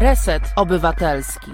Reset Obywatelski.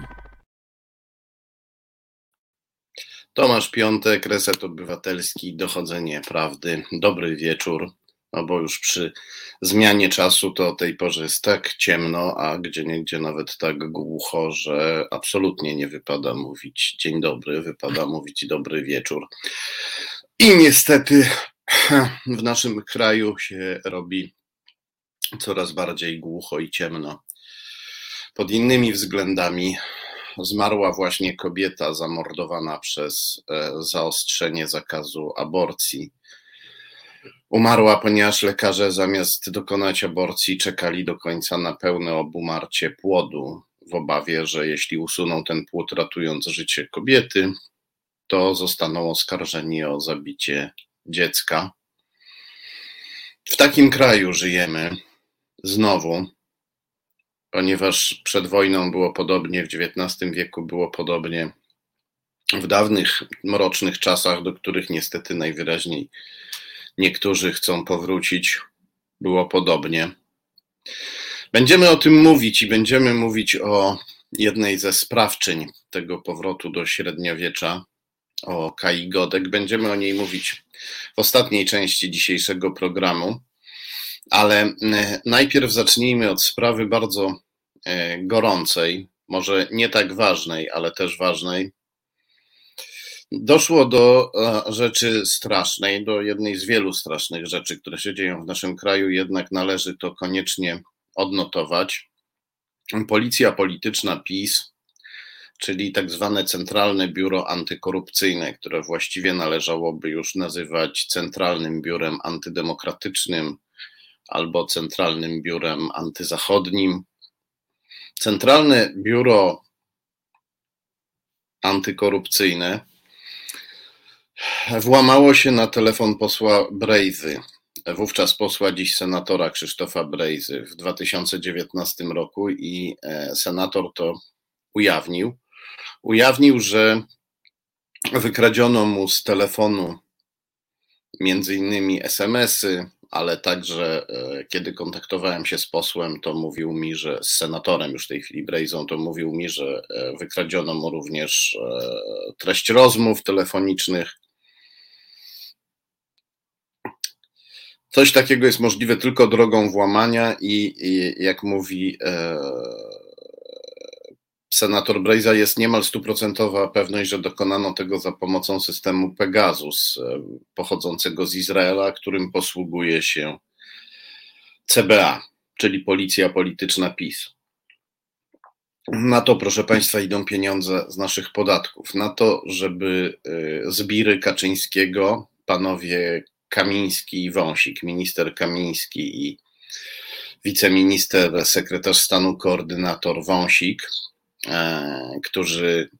Tomasz Piątek, Reset Obywatelski, Dochodzenie Prawdy. Dobry wieczór, no bo już przy zmianie czasu to o tej porze jest tak ciemno, a gdzieniegdzie nawet tak głucho, że absolutnie nie wypada mówić dzień dobry, wypada mówić dobry wieczór. I niestety w naszym kraju się robi coraz bardziej głucho i ciemno. Pod innymi względami zmarła właśnie kobieta zamordowana przez zaostrzenie zakazu aborcji. Umarła, ponieważ lekarze zamiast dokonać aborcji czekali do końca na pełne obumarcie płodu, w obawie, że jeśli usuną ten płód, ratując życie kobiety, to zostaną oskarżeni o zabicie dziecka. W takim kraju żyjemy znowu, ponieważ przed wojną było podobnie, w XIX wieku było podobnie, w dawnych, mrocznych czasach, do których niestety najwyraźniej niektórzy chcą powrócić, było podobnie. Będziemy o tym mówić i będziemy mówić o jednej ze sprawczyń tego powrotu do średniowiecza, o Kai Godek. Będziemy o niej mówić w ostatniej części dzisiejszego programu, ale najpierw zacznijmy od sprawy bardzo gorącej, może nie tak ważnej, ale też ważnej. Doszło do rzeczy strasznej, do jednej z wielu strasznych rzeczy, które się dzieją w naszym kraju, jednak należy to koniecznie odnotować. Policja polityczna PiS, czyli tak zwane Centralne Biuro Antykorupcyjne, które właściwie należałoby już nazywać Centralnym Biurem Antydemokratycznym albo Centralnym Biurem Antyzachodnim. Centralne Biuro Antykorupcyjne włamało się na telefon posła Brejzy, wówczas posła, dziś senatora Krzysztofa Brejzy, w 2019 roku i senator to ujawnił, że wykradziono mu z telefonu między innymi SMS-y, ale także kiedy kontaktowałem się z posłem, to mówił mi, że z senatorem już w tej chwili Brejzą, to mówił mi, że wykradziono mu również treść rozmów telefonicznych. Coś takiego jest możliwe tylko drogą włamania i jak mówi senator Brejza, jest niemal 100% pewność, że dokonano tego za pomocą systemu Pegasus, pochodzącego z Izraela, którym posługuje się CBA, czyli Policja Polityczna PiS. Na to, proszę Państwa, idą pieniądze z naszych podatków. Na to, żeby zbiry Kaczyńskiego, panowie Kamiński i Wąsik, minister Kamiński i wiceminister, sekretarz stanu, koordynator Wąsik, którzy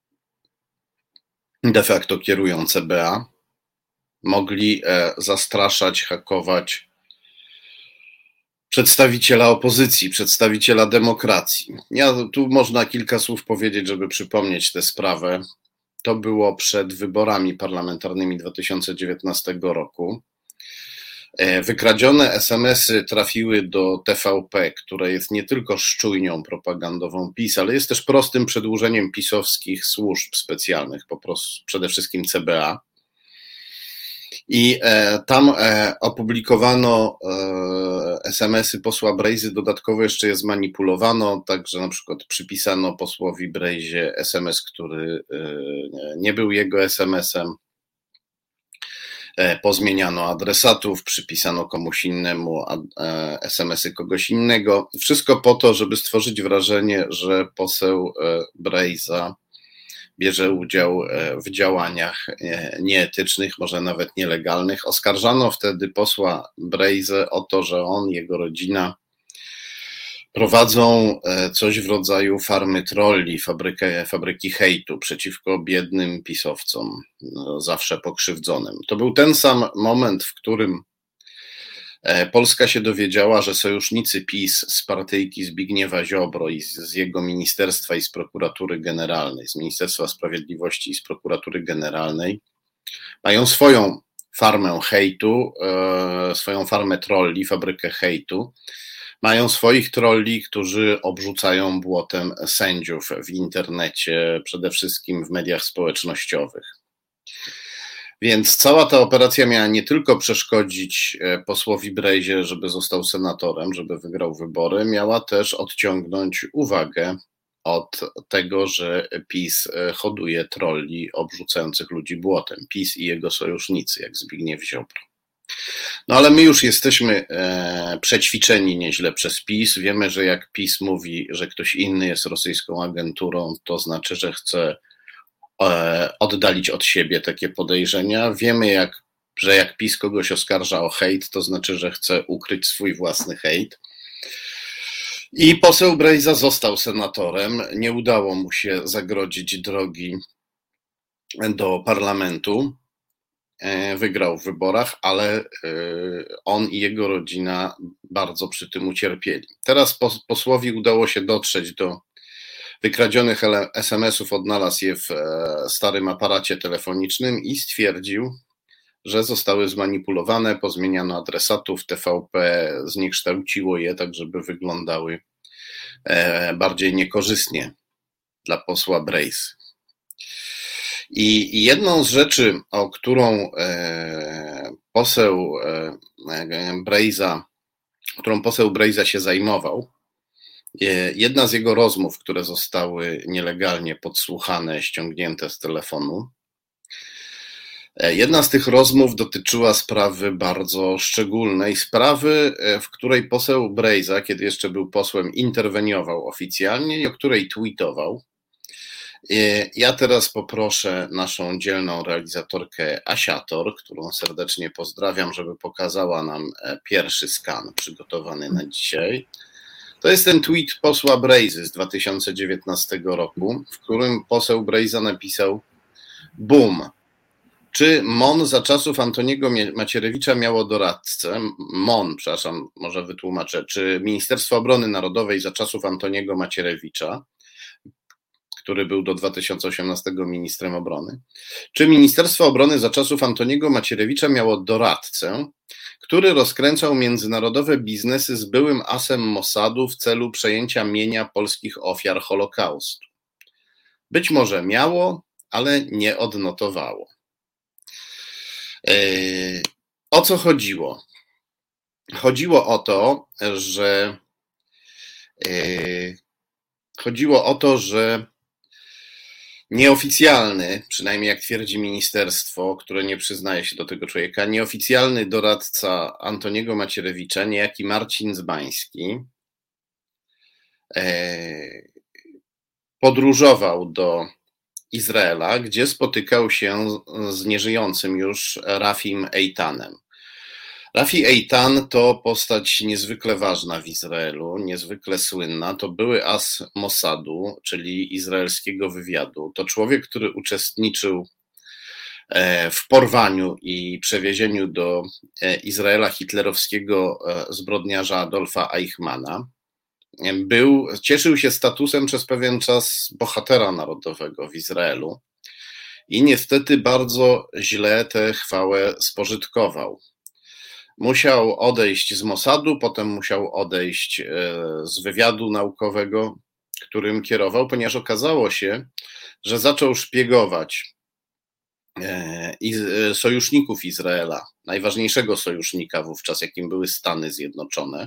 de facto kierują CBA, mogli zastraszać, hakować przedstawiciela opozycji, przedstawiciela demokracji. Tu można kilka słów powiedzieć, żeby przypomnieć tę sprawę. To było przed wyborami parlamentarnymi 2019 roku. Wykradzione SMS-y trafiły do TVP, które jest nie tylko szczujnią propagandową PiS, ale jest też prostym przedłużeniem pisowskich służb specjalnych, po prostu przede wszystkim CBA. I tam opublikowano SMS-y posła Brejzy, dodatkowo jeszcze je zmanipulowano, także na przykład przypisano posłowi Brejzie SMS, który nie był jego SMS-em. Pozmieniano adresatów, przypisano komuś innemu SMS-y kogoś innego. Wszystko po to, żeby stworzyć wrażenie, że poseł Brejza bierze udział w działaniach nieetycznych, może nawet nielegalnych. Oskarżano wtedy posła Brejzę o to, że on, jego rodzina prowadzą coś w rodzaju farmy trolli, fabryki hejtu przeciwko biednym pisowcom, zawsze pokrzywdzonym. To był ten sam moment, w którym Polska się dowiedziała, że sojusznicy PiS z partyjki Zbigniewa Ziobro i z jego ministerstwa i z prokuratury generalnej, z Ministerstwa Sprawiedliwości i z prokuratury generalnej, mają swoją farmę hejtu, swoją farmę trolli, fabrykę hejtu. Mają swoich trolli, którzy obrzucają błotem sędziów w internecie, przede wszystkim w mediach społecznościowych. Więc cała ta operacja miała nie tylko przeszkodzić posłowi Brejzie, żeby został senatorem, żeby wygrał wybory, miała też odciągnąć uwagę od tego, że PiS hoduje trolli obrzucających ludzi błotem. PiS i jego sojusznicy, jak Zbigniew Ziobro. No ale my już jesteśmy przećwiczeni nieźle przez PiS. Wiemy, że jak PiS mówi, że ktoś inny jest rosyjską agenturą, to znaczy, że chce oddalić od siebie takie podejrzenia. Wiemy, że jak PiS kogoś oskarża o hejt, to znaczy, że chce ukryć swój własny hejt. I poseł Brejza został senatorem. Nie udało mu się zagrodzić drogi do parlamentu. Wygrał w wyborach, ale on i jego rodzina bardzo przy tym ucierpieli. Teraz posłowi udało się dotrzeć do wykradzionych SMS-ów, odnalazł je w starym aparacie telefonicznym i stwierdził, że zostały zmanipulowane, pozmieniano adresatów, TVP zniekształciło je tak, żeby wyglądały bardziej niekorzystnie dla posła Brejzy. I jedną z rzeczy, o którą poseł Brejza się zajmował, jedna z jego rozmów, które zostały nielegalnie podsłuchane, ściągnięte z telefonu, jedna z tych rozmów dotyczyła sprawy bardzo szczególnej, sprawy, w której poseł Brejza, kiedy jeszcze był posłem, interweniował oficjalnie i o której tweetował. Ja teraz poproszę naszą dzielną realizatorkę Asiator, którą serdecznie pozdrawiam, żeby pokazała nam pierwszy skan przygotowany na dzisiaj. To jest ten tweet posła Brejzy z 2019 roku, w którym poseł Brejza napisał: Boom. Czy MON za czasów Antoniego Macierewicza miało doradcę? MON, przepraszam, może wytłumaczę. Czy Ministerstwo Obrony Narodowej za czasów Antoniego Macierewicza, który był do 2018 ministrem obrony, czy Ministerstwo Obrony za czasów Antoniego Macierewicza miało doradcę, który rozkręcał międzynarodowe biznesy z byłym asem Mossadu w celu przejęcia mienia polskich ofiar Holokaustu? Być może miało, ale nie odnotowało. O co chodziło? Chodziło o to, że nieoficjalny, przynajmniej jak twierdzi ministerstwo, które nie przyznaje się do tego człowieka, nieoficjalny doradca Antoniego Macierewicza, niejaki Marcin Zbański, podróżował do Izraela, gdzie spotykał się z nieżyjącym już Rafim Eitanem. Rafi Eitan to postać niezwykle ważna w Izraelu, niezwykle słynna. To były as Mossadu, czyli izraelskiego wywiadu. To człowiek, który uczestniczył w porwaniu i przewiezieniu do Izraela hitlerowskiego zbrodniarza Adolfa Eichmana. Cieszył się statusem przez pewien czas bohatera narodowego w Izraelu i niestety bardzo źle tę chwałę spożytkował. Musiał odejść z Mossadu, potem musiał odejść z wywiadu naukowego, którym kierował, ponieważ okazało się, że zaczął szpiegować sojuszników Izraela, najważniejszego sojusznika wówczas, jakim były Stany Zjednoczone.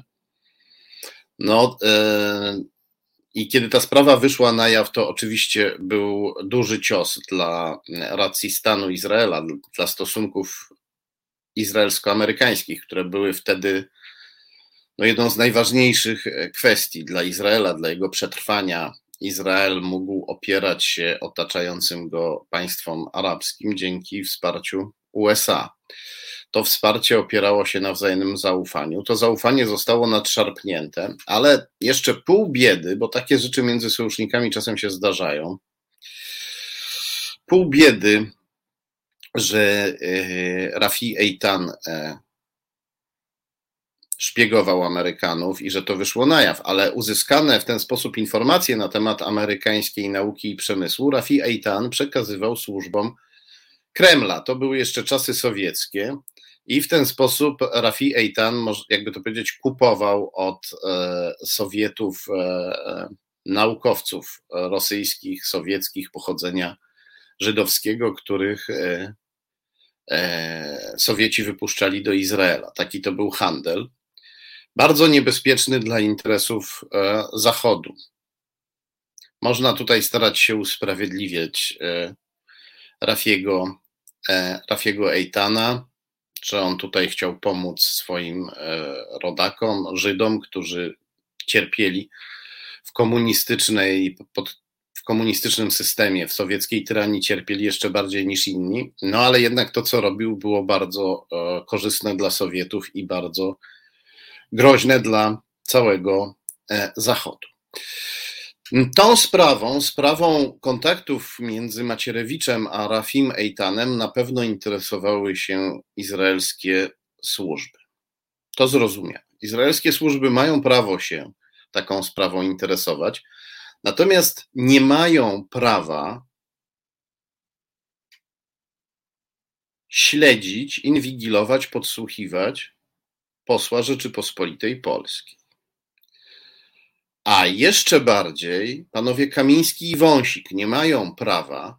I kiedy ta sprawa wyszła na jaw, to oczywiście był duży cios dla racji stanu Izraela, dla stosunków izraelsko-amerykańskich, które były wtedy jedną z najważniejszych kwestii dla Izraela, dla jego przetrwania. Izrael mógł opierać się otaczającym go państwom arabskim dzięki wsparciu USA. To wsparcie opierało się na wzajemnym zaufaniu. To zaufanie zostało nadszarpnięte, ale jeszcze pół biedy, bo takie rzeczy między sojusznikami czasem się zdarzają. Pół biedy, że Rafi Eitan szpiegował Amerykanów i że to wyszło na jaw, ale uzyskane w ten sposób informacje na temat amerykańskiej nauki i przemysłu Rafi Eitan przekazywał służbom Kremla. To były jeszcze czasy sowieckie i w ten sposób Rafi Eitan, jakby to powiedzieć, kupował od Sowietów naukowców rosyjskich, sowieckich pochodzenia żydowskiego, których Sowieci wypuszczali do Izraela. Taki to był handel. Bardzo niebezpieczny dla interesów Zachodu. Można tutaj starać się usprawiedliwiać Rafiego Eitana, że on tutaj chciał pomóc swoim rodakom, Żydom, którzy cierpieli w komunistycznym systemie, w sowieckiej tyranii cierpieli jeszcze bardziej niż inni, no ale jednak to, co robił, było bardzo korzystne dla Sowietów i bardzo groźne dla całego Zachodu. Tą sprawą kontaktów między Macierewiczem a Rafim Eitanem na pewno interesowały się izraelskie służby. To zrozumiałe. Izraelskie służby mają prawo się taką sprawą interesować, natomiast nie mają prawa śledzić, inwigilować, podsłuchiwać posła Rzeczypospolitej Polskiej. A jeszcze bardziej panowie Kamiński i Wąsik nie mają prawa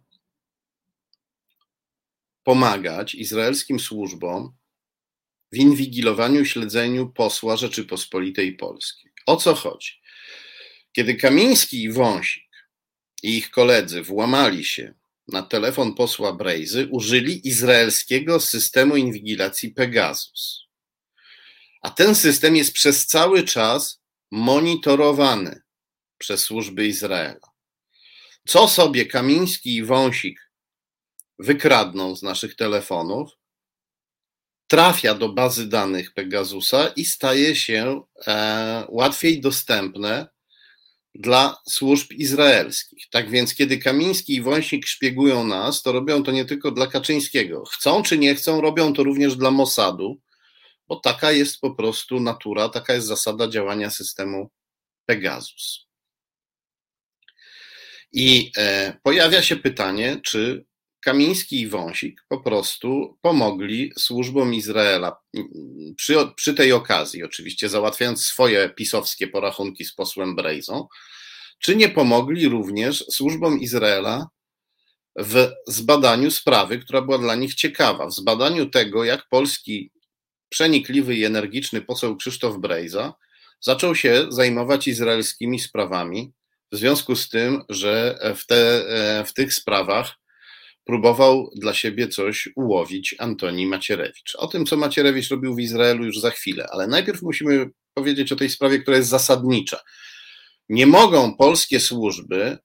pomagać izraelskim służbom w inwigilowaniu, śledzeniu posła Rzeczypospolitej Polskiej. O co chodzi? Kiedy Kamiński i Wąsik i ich koledzy włamali się na telefon posła Brejzy, użyli izraelskiego systemu inwigilacji Pegasus. A ten system jest przez cały czas monitorowany przez służby Izraela. Co sobie Kamiński i Wąsik wykradną z naszych telefonów, trafia do bazy danych Pegasusa i staje się łatwiej dostępne dla służb izraelskich. Tak więc, kiedy Kamiński i Wąsik szpiegują nas, to robią to nie tylko dla Kaczyńskiego. Chcą czy nie chcą, robią to również dla Mossadu, bo taka jest po prostu natura, taka jest zasada działania systemu Pegasus. I pojawia się pytanie, czy Kamiński i Wąsik po prostu pomogli służbom Izraela przy tej okazji, oczywiście załatwiając swoje pisowskie porachunki z posłem Brejzą, czy nie pomogli również służbom Izraela w zbadaniu sprawy, która była dla nich ciekawa, w zbadaniu tego, jak polski przenikliwy i energiczny poseł Krzysztof Brejza zaczął się zajmować izraelskimi sprawami w związku z tym, że w tych sprawach próbował dla siebie coś ułowić Antoni Macierewicz. O tym, co Macierewicz robił w Izraelu, już za chwilę, ale najpierw musimy powiedzieć o tej sprawie, która jest zasadnicza. Nie mogą polskie służby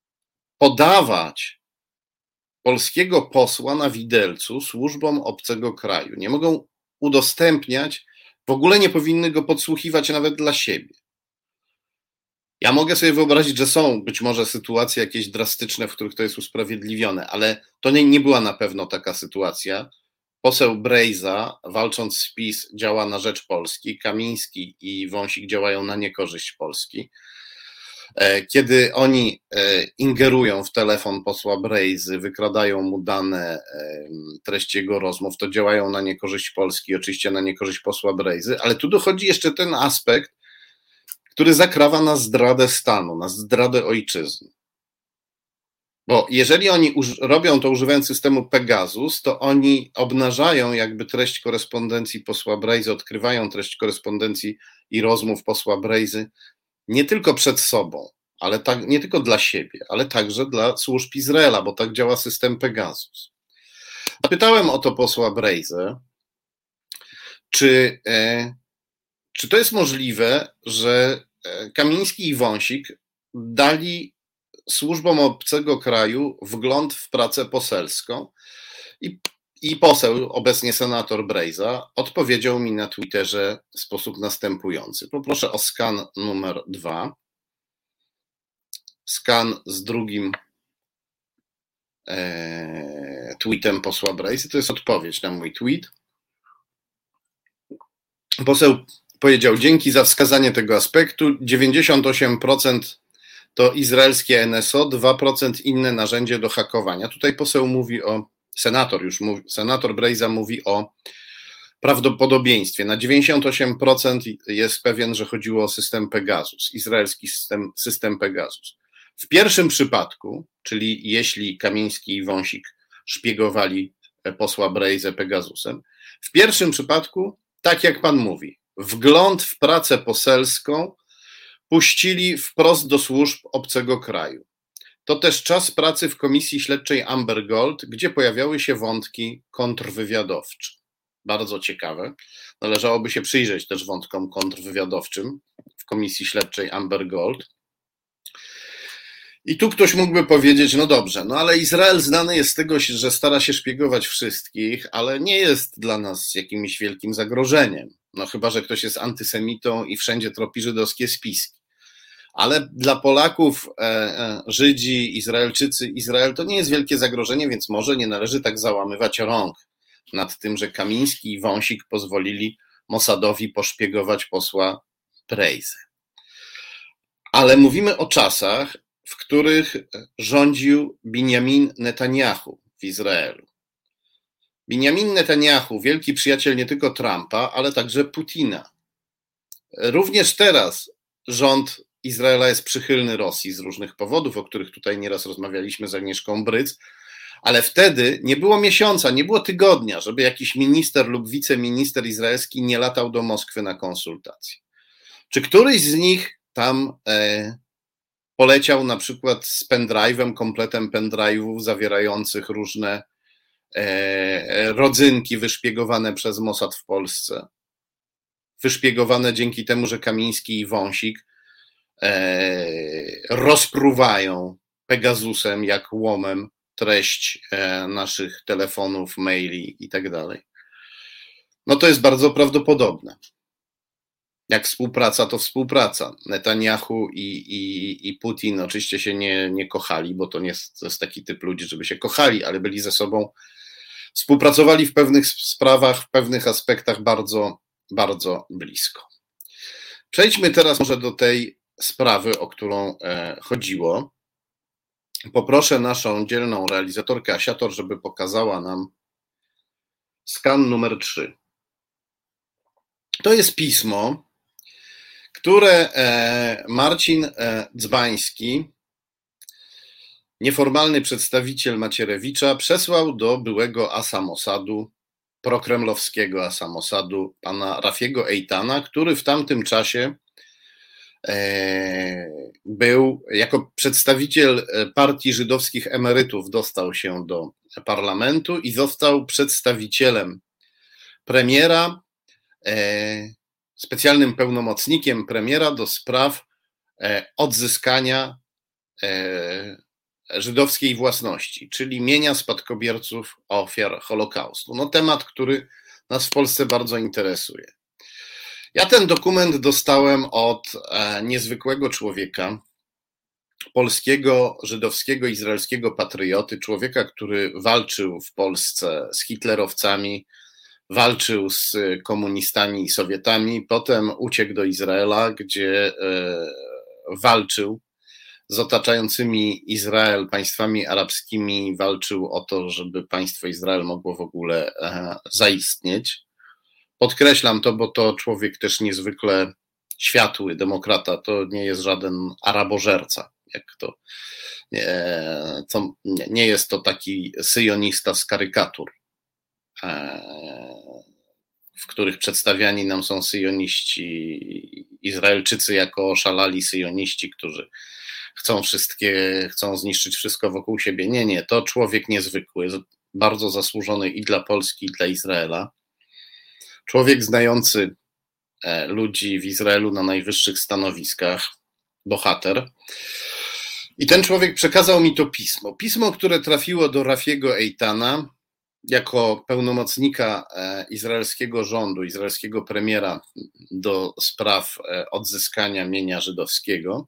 podawać polskiego posła na widelcu służbom obcego kraju. Nie mogą udostępniać, w ogóle nie powinny go podsłuchiwać nawet dla siebie. Ja mogę sobie wyobrazić, że są być może sytuacje jakieś drastyczne, w których to jest usprawiedliwione, ale to nie była na pewno taka sytuacja. Poseł Brejza, walcząc z PiS, działa na rzecz Polski, Kamiński i Wąsik działają na niekorzyść Polski. Kiedy oni ingerują w telefon posła Brejzy, wykradają mu dane, treść jego rozmów, to działają na niekorzyść Polski, oczywiście na niekorzyść posła Brejzy, ale tu dochodzi jeszcze ten aspekt, który zakrawa na zdradę stanu, na zdradę ojczyzny. Bo jeżeli oni robią to używając systemu Pegasus, to oni obnażają jakby treść korespondencji posła Brejzy, odkrywają treść korespondencji i rozmów posła Brejzy nie tylko przed sobą, ale nie tylko dla siebie, ale także dla służb Izraela, bo tak działa system Pegasus. Zapytałem o to posła Brejzę, czy to jest możliwe, że Kamiński i Wąsik dali służbom obcego kraju wgląd w pracę poselską i poseł, obecnie senator Brejza, odpowiedział mi na Twitterze w sposób następujący. Poproszę o skan numer 2. Skan z drugim tweetem posła Brejzy. To jest odpowiedź na mój tweet. Poseł powiedział: dzięki za wskazanie tego aspektu. 98% to izraelskie NSO, 2% inne narzędzie do hakowania. Tutaj poseł mówi o senator Brejza mówi o prawdopodobieństwie. Na 98% jest pewien, że chodziło o system Pegasus, izraelski system Pegasus. W pierwszym przypadku, czyli jeśli Kamiński i Wąsik szpiegowali posła Brejzę Pegasusem, w pierwszym przypadku, tak jak pan mówi, wgląd w pracę poselską puścili wprost do służb obcego kraju. To też czas pracy w Komisji Śledczej Amber Gold, gdzie pojawiały się wątki kontrwywiadowcze. Bardzo ciekawe. Należałoby się przyjrzeć też wątkom kontrwywiadowczym w Komisji Śledczej Amber Gold. I tu ktoś mógłby powiedzieć, no dobrze, no ale Izrael znany jest z tego, że stara się szpiegować wszystkich, ale nie jest dla nas jakimś wielkim zagrożeniem. No chyba że ktoś jest antysemitą i wszędzie tropi żydowskie spiski. Ale dla Polaków, Żydzi, Izraelczycy, Izrael to nie jest wielkie zagrożenie, więc może nie należy tak załamywać rąk nad tym, że Kamiński i Wąsik pozwolili Mossadowi poszpiegować posła Brejzę. Ale mówimy o czasach, w których rządził Binjamin Netanyahu w Izraelu. Binjamin Netanyahu, wielki przyjaciel nie tylko Trumpa, ale także Putina. Również teraz rząd Izraela jest przychylny Rosji z różnych powodów, o których tutaj nieraz rozmawialiśmy z Agnieszką Bryc, ale wtedy nie było miesiąca, nie było tygodnia, żeby jakiś minister lub wiceminister izraelski nie latał do Moskwy na konsultacje. Czy któryś z nich tam poleciał na przykład z pendrive'em, kompletem pendrive'ów zawierających różne rodzynki wyszpiegowane przez Mossad w Polsce? Wyszpiegowane dzięki temu, że Kamiński i Wąsik rozpruwają Pegasusem jak łomem treść naszych telefonów, maili i tak dalej. No to jest bardzo prawdopodobne. Jak współpraca, to współpraca. Netanyahu i Putin oczywiście się nie kochali, bo to jest taki typ ludzi, żeby się kochali, ale byli ze sobą, współpracowali w pewnych sprawach, w pewnych aspektach bardzo, bardzo blisko. Przejdźmy teraz może do tej sprawy, o którą chodziło. Poproszę naszą dzielną realizatorkę Asiator, żeby pokazała nam skan numer 3. To jest pismo, które Marcin Dzbański, nieformalny przedstawiciel Macierewicza, przesłał do byłego asa Mossadu, prokremlowskiego asa Mossadu, pana Rafiego Eitana, który w tamtym czasie był jako przedstawiciel Partii Żydowskich Emerytów, dostał się do parlamentu i został przedstawicielem premiera, specjalnym pełnomocnikiem premiera do spraw odzyskania żydowskiej własności, czyli mienia spadkobierców ofiar Holokaustu. No temat, który nas w Polsce bardzo interesuje. Ja ten dokument dostałem od niezwykłego człowieka, polskiego, żydowskiego, izraelskiego patrioty, człowieka, który walczył w Polsce z hitlerowcami, walczył z komunistami i Sowietami, potem uciekł do Izraela, gdzie walczył z otaczającymi Izrael państwami arabskimi, walczył o to, żeby państwo Izrael mogło w ogóle zaistnieć. Podkreślam to, bo to człowiek też niezwykle światły, demokrata, to nie jest żaden arabożerca, jak to nie jest to taki syjonista z karykatur, w których przedstawiani nam są syjoniści, Izraelczycy jako oszalali syjoniści, którzy chcą zniszczyć wszystko wokół siebie. Nie, to człowiek niezwykły, bardzo zasłużony i dla Polski, i dla Izraela. Człowiek znający ludzi w Izraelu na najwyższych stanowiskach, bohater. I ten człowiek przekazał mi to pismo. Pismo, które trafiło do Rafiego Eitana jako pełnomocnika izraelskiego rządu, izraelskiego premiera do spraw odzyskania mienia żydowskiego.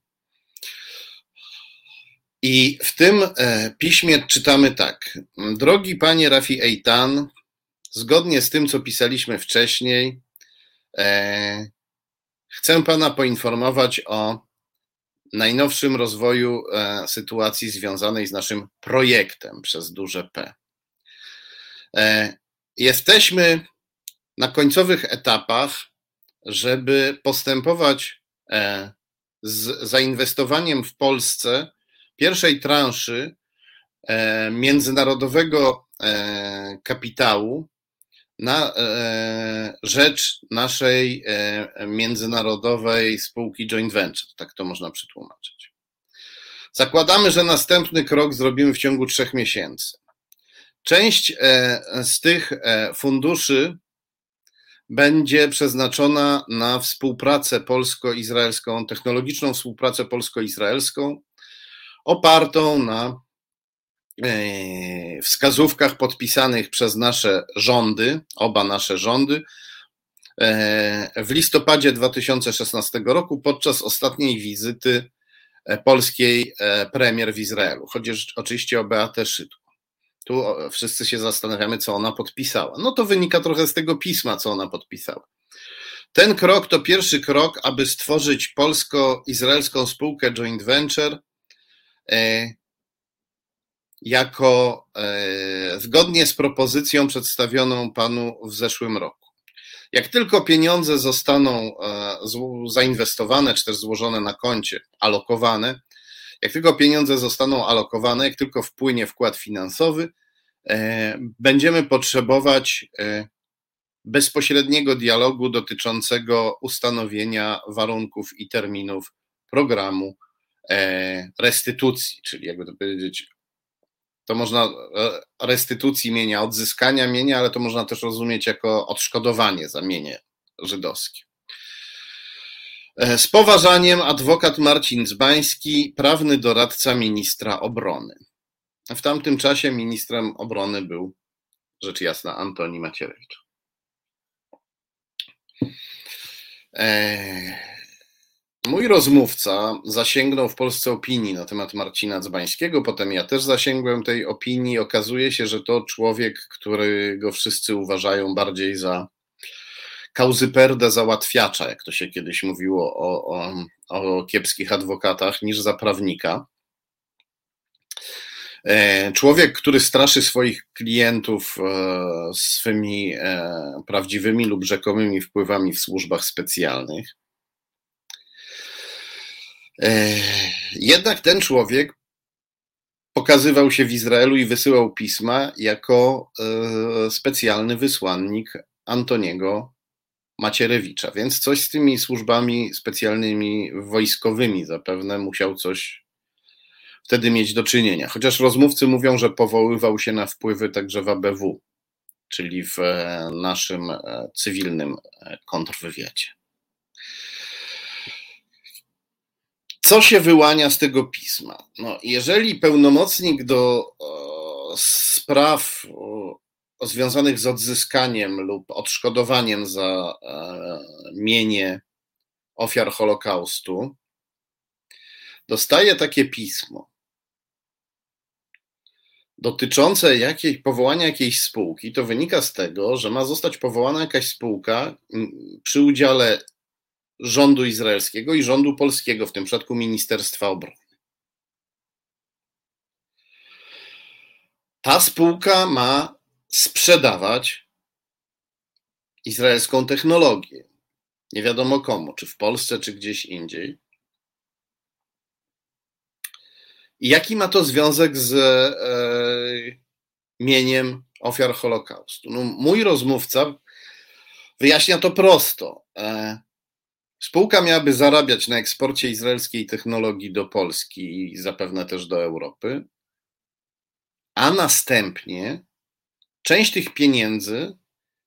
I w tym piśmie czytamy tak. Drogi panie Rafi Eitan, zgodnie z tym, co pisaliśmy wcześniej, chcę pana poinformować o najnowszym rozwoju sytuacji związanej z naszym projektem przez duże P. Jesteśmy na końcowych etapach, żeby postępować z zainwestowaniem w Polsce pierwszej transzy międzynarodowego kapitału na rzecz naszej międzynarodowej spółki joint venture, tak to można przetłumaczyć. Zakładamy, że następny krok zrobimy w ciągu 3 miesięcy. Część z tych funduszy będzie przeznaczona na współpracę polsko-izraelską, technologiczną współpracę polsko-izraelską, opartą na wskazówkach podpisanych przez nasze rządy, oba nasze rządy, w listopadzie 2016 roku podczas ostatniej wizyty polskiej premier w Izraelu. Chodzi oczywiście o Beatę Szydło. Tu wszyscy się zastanawiamy, co ona podpisała. No to wynika trochę z tego pisma, co ona podpisała. Ten krok to pierwszy krok, aby stworzyć polsko-izraelską spółkę joint venture jako zgodnie z propozycją przedstawioną panu w zeszłym roku. Jak tylko pieniądze zostaną zainwestowane, czy też złożone na koncie, alokowane, jak tylko pieniądze zostaną alokowane, jak tylko wpłynie wkład finansowy, będziemy potrzebować bezpośredniego dialogu dotyczącego ustanowienia warunków i terminów programu restytucji, czyli jakby to powiedzieć, to można restytucji mienia, odzyskania mienia, ale to można też rozumieć jako odszkodowanie za mienie żydowskie. Z poważaniem adwokat Marcin Dzbański, prawny doradca ministra obrony. W tamtym czasie ministrem obrony był, rzecz jasna, Antoni Macierewicz. Mój rozmówca zasięgnął w Polsce opinii na temat Marcina Dzbańskiego, potem ja też zasięgłem tej opinii. Okazuje się, że to człowiek, którego wszyscy uważają bardziej za kauzyperdę załatwiacza, jak to się kiedyś mówiło o kiepskich adwokatach, niż za prawnika. Człowiek, który straszy swoich klientów swymi prawdziwymi lub rzekomymi wpływami w służbach specjalnych. Jednak ten człowiek pokazywał się w Izraelu i wysyłał pisma jako specjalny wysłannik Antoniego Macierewicza, więc coś z tymi służbami specjalnymi wojskowymi zapewne musiał coś wtedy mieć do czynienia. Chociaż rozmówcy mówią, że powoływał się na wpływy także w ABW, czyli w naszym cywilnym kontrwywiadzie. Co się wyłania z tego pisma? No, jeżeli pełnomocnik do spraw związanych z odzyskaniem lub odszkodowaniem za mienie ofiar Holokaustu dostaje takie pismo dotyczące powołania jakiejś spółki, to wynika z tego, że ma zostać powołana jakaś spółka przy udziale rządu izraelskiego i rządu polskiego, w tym przypadku Ministerstwa Obrony. Ta spółka ma sprzedawać izraelską technologię. Nie wiadomo komu, czy w Polsce, czy gdzieś indziej. I jaki ma to związek z mieniem ofiar Holokaustu? No, mój rozmówca wyjaśnia to prosto. Spółka miałaby zarabiać na eksporcie izraelskiej technologii do Polski i zapewne też do Europy, a następnie część tych pieniędzy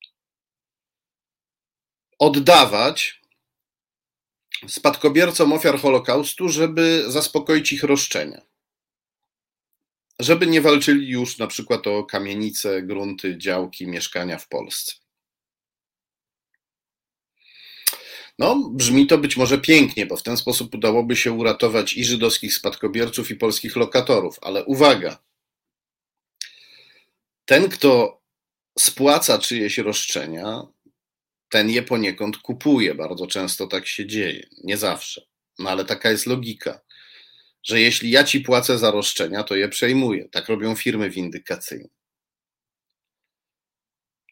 oddawać spadkobiercom ofiar Holokaustu, żeby zaspokoić ich roszczenia. Żeby nie walczyli już na przykład o kamienice, grunty, działki, mieszkania w Polsce. No, brzmi to być może pięknie, bo w ten sposób udałoby się uratować i żydowskich spadkobierców, i polskich lokatorów, ale uwaga, ten, kto spłaca czyjeś roszczenia, ten je poniekąd kupuje. Bardzo często tak się dzieje, nie zawsze, no ale taka jest logika, że jeśli ja ci płacę za roszczenia, to je przejmuję. Tak robią firmy windykacyjne.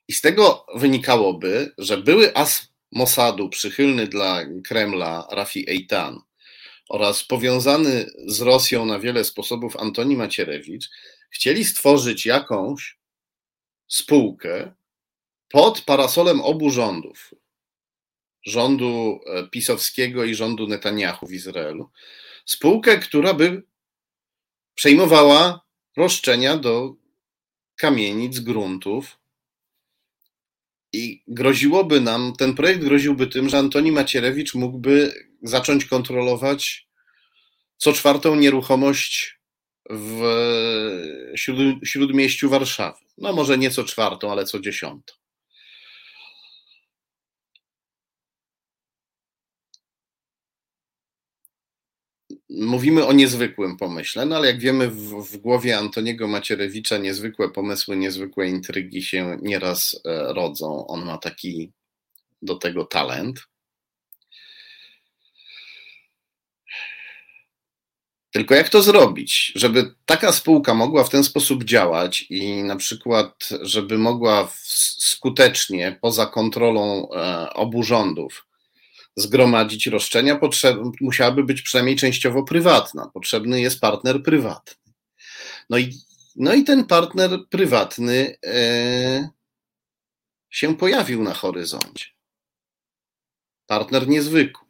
I z tego wynikałoby, że były as Mossadu przychylny dla Kremla Rafi Eitan oraz powiązany z Rosją na wiele sposobów Antoni Macierewicz chcieli stworzyć jakąś spółkę pod parasolem obu rządów, rządu pisowskiego i rządu Netanyahu w Izraelu, spółkę, która by przejmowała roszczenia do kamienic, gruntów i groziłoby nam, ten projekt groziłby tym, że Antoni Macierewicz mógłby zacząć kontrolować co czwartą nieruchomość w śródmieściu Warszawy. No może nie co czwartą, ale co dziesiątą. Mówimy o niezwykłym pomyśle, no ale jak wiemy, w głowie Antoniego Macierewicza niezwykłe pomysły, niezwykłe intrygi się nieraz rodzą. On ma taki do tego talent. Tylko jak to zrobić, żeby taka spółka mogła w ten sposób działać i na przykład, żeby mogła skutecznie, poza kontrolą obu rządów, zgromadzić roszczenia, musiałaby być przynajmniej częściowo prywatna. Potrzebny jest partner prywatny. No i ten partner prywatny się pojawił na horyzoncie. Partner niezwykły.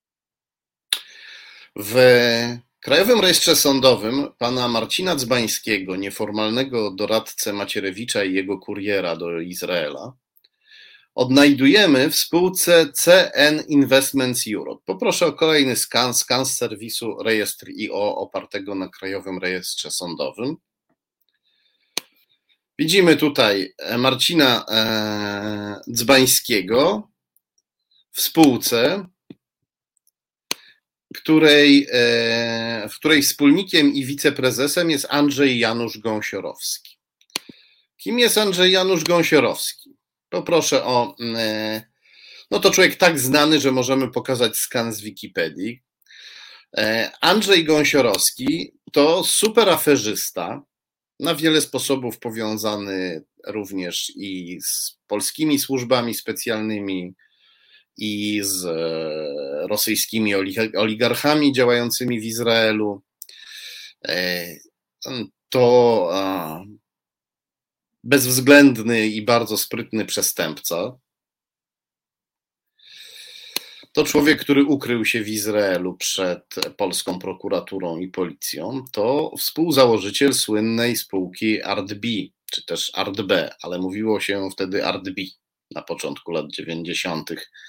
W Krajowym Rejestrze Sądowym pana Marcina Dzbańskiego, nieformalnego doradcę Macierewicza i jego kuriera do Izraela, odnajdujemy w spółce CN Investments Europe. Poproszę o kolejny skan z serwisu Rejestr.io opartego na Krajowym Rejestrze Sądowym. Widzimy tutaj Marcina Dzbańskiego w spółce, w której wspólnikiem i wiceprezesem jest Andrzej Janusz Gąsiorowski. Kim jest Andrzej Janusz Gąsiorowski? Poproszę o... No to człowiek tak znany, że możemy pokazać skan z Wikipedii. Andrzej Gąsiorowski to superaferzysta, na wiele sposobów powiązany również i z polskimi służbami specjalnymi, i z rosyjskimi oligarchami działającymi w Izraelu. To bezwzględny i bardzo sprytny przestępca. To człowiek, który ukrył się w Izraelu przed polską prokuraturą i policją. To współzałożyciel słynnej spółki ArtB, czy też ArtB, ale mówiło się wtedy ArtB na początku lat 90.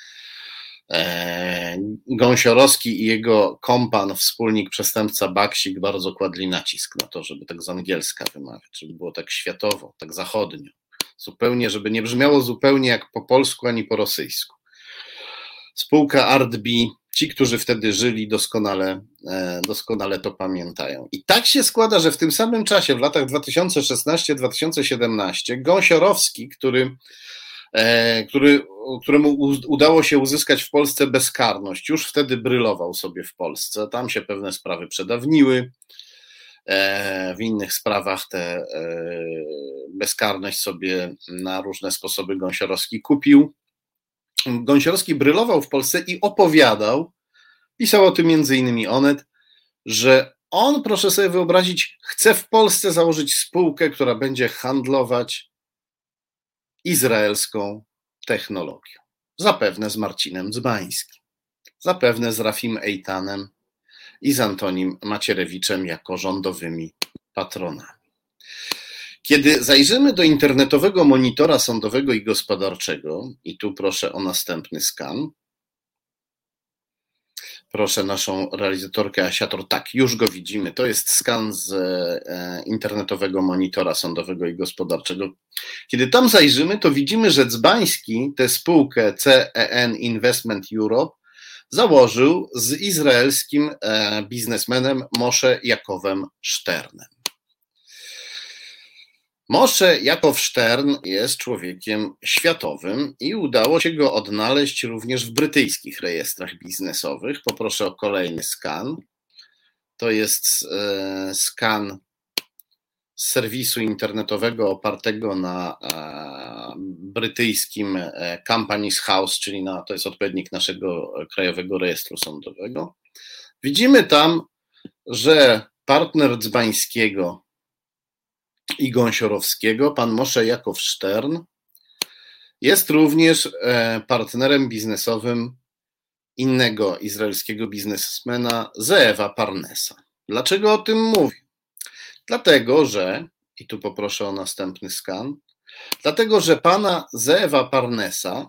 Gąsiorowski i jego kompan, wspólnik, przestępca Baksik bardzo kładli nacisk na to, żeby tak z angielska wymawiać, żeby było tak światowo, tak zachodnio, zupełnie, żeby nie brzmiało zupełnie jak po polsku ani po rosyjsku. Spółka ArtB, ci, którzy wtedy żyli, doskonale to pamiętają. I tak się składa, że w tym samym czasie, w latach 2016-2017, Gąsiorowski, któremu udało się uzyskać w Polsce bezkarność, już wtedy brylował sobie w Polsce. Tam się pewne sprawy przedawniły. W innych sprawach tę bezkarność sobie na różne sposoby Gąsiorowski kupił. Gąsiorowski brylował w Polsce i opowiadał, pisał o tym m.in. Onet, że on, proszę sobie wyobrazić, chce w Polsce założyć spółkę, która będzie handlować izraelską technologią. Zapewne z Marcinem Dzbańskim, zapewne z Rafim Eitanem i z Antonim Macierewiczem jako rządowymi patronami. Kiedy zajrzymy do internetowego monitora sądowego i gospodarczego, i tu proszę o następny skan, proszę naszą realizatorkę Asiator, tak, już go widzimy, to jest skan z internetowego monitora sądowego i gospodarczego. Kiedy tam zajrzymy, to widzimy, że Dzbański tę spółkę CEN Investment Europe założył z izraelskim biznesmenem Moshe Jakowem Szternem. Moshe Jakow Stern jest człowiekiem światowym i udało się go odnaleźć również w brytyjskich rejestrach biznesowych. Poproszę o kolejny skan. To jest skan z serwisu internetowego opartego na brytyjskim Companies House, czyli to jest odpowiednik naszego Krajowego Rejestru Sądowego. Widzimy tam, że partner Dzbańskiego i Gąsiorowskiego, pan Moshe Yaakov-Stern, jest również partnerem biznesowym innego izraelskiego biznesmena, Zeeva Parnesa. Dlaczego o tym mówię? Dlatego, że, i tu poproszę o następny skan, dlatego, że pana Zeeva Parnesa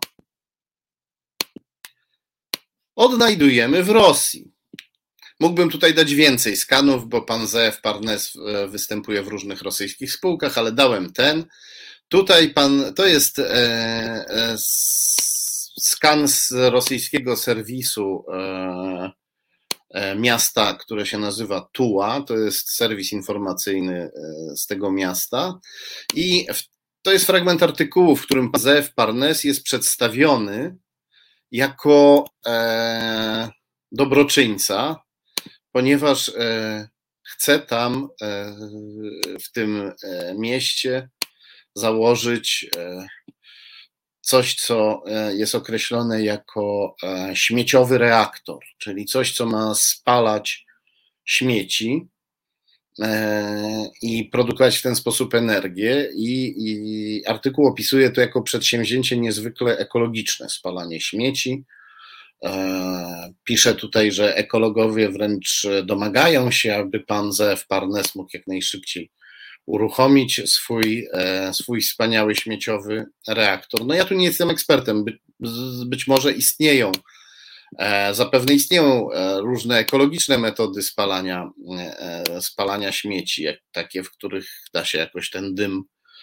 odnajdujemy w Rosji. Mógłbym tutaj dać więcej skanów, bo pan Zeev Parnes występuje w różnych rosyjskich spółkach, ale dałem ten. Tutaj to jest skan z rosyjskiego serwisu miasta, które się nazywa Tuła, to jest serwis informacyjny z tego miasta i to jest fragment artykułu, w którym Zeev Parnes jest przedstawiony jako dobroczyńca, ponieważ chce tam w tym mieście założyć coś, co jest określone jako śmieciowy reaktor, czyli coś, co ma spalać śmieci i produkować w ten sposób energię i artykuł opisuje to jako przedsięwzięcie niezwykle ekologiczne, spalanie śmieci. Pisze tutaj, że ekologowie wręcz domagają się, aby pan Zeev Parnes mógł jak najszybciej uruchomić swój wspaniały śmieciowy reaktor. No ja tu nie jestem ekspertem, być może zapewne istnieją różne ekologiczne metody spalania śmieci, jak takie, w których da się jakoś ten dym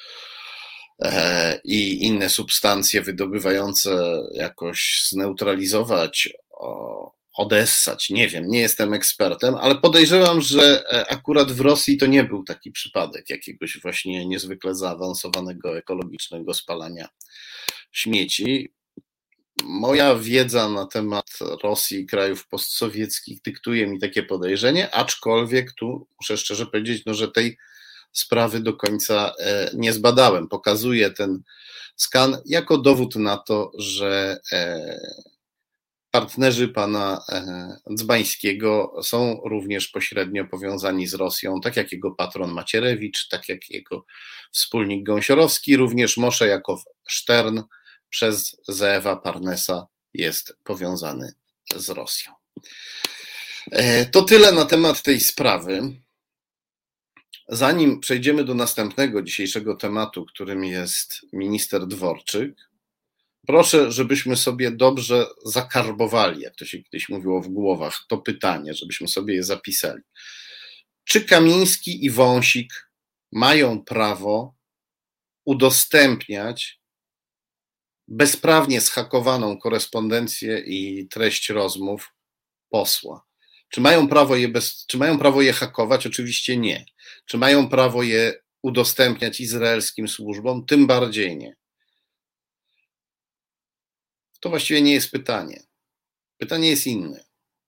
i inne substancje wydobywające jakoś zneutralizować, odessać. Nie wiem, nie jestem ekspertem, ale podejrzewam, że akurat w Rosji to nie był taki przypadek jakiegoś właśnie niezwykle zaawansowanego ekologicznego spalania śmieci. Moja wiedza na temat Rosji i krajów postsowieckich dyktuje mi takie podejrzenie, aczkolwiek tu muszę szczerze powiedzieć, że tej sprawy do końca nie zbadałem. Pokazuję ten skan jako dowód na to, że partnerzy pana Dzbańskiego są również pośrednio powiązani z Rosją, tak jak jego patron Macierewicz, tak jak jego wspólnik Gąsiorowski, również Moshe Yaakov-Stern przez Zeeva Parnesa jest powiązany z Rosją. To tyle na temat tej sprawy. Zanim przejdziemy do następnego dzisiejszego tematu, którym jest minister Dworczyk, proszę, żebyśmy sobie dobrze zakarbowali, jak to się kiedyś mówiło w głowach, to pytanie, żebyśmy sobie je zapisali. Czy Kamiński i Wąsik mają prawo udostępniać bezprawnie zhakowaną korespondencję i treść rozmów posła? Czy mają prawo je hakować? Oczywiście nie. Czy mają prawo je udostępniać izraelskim służbom? Tym bardziej nie. To właściwie nie jest pytanie. Pytanie jest inne.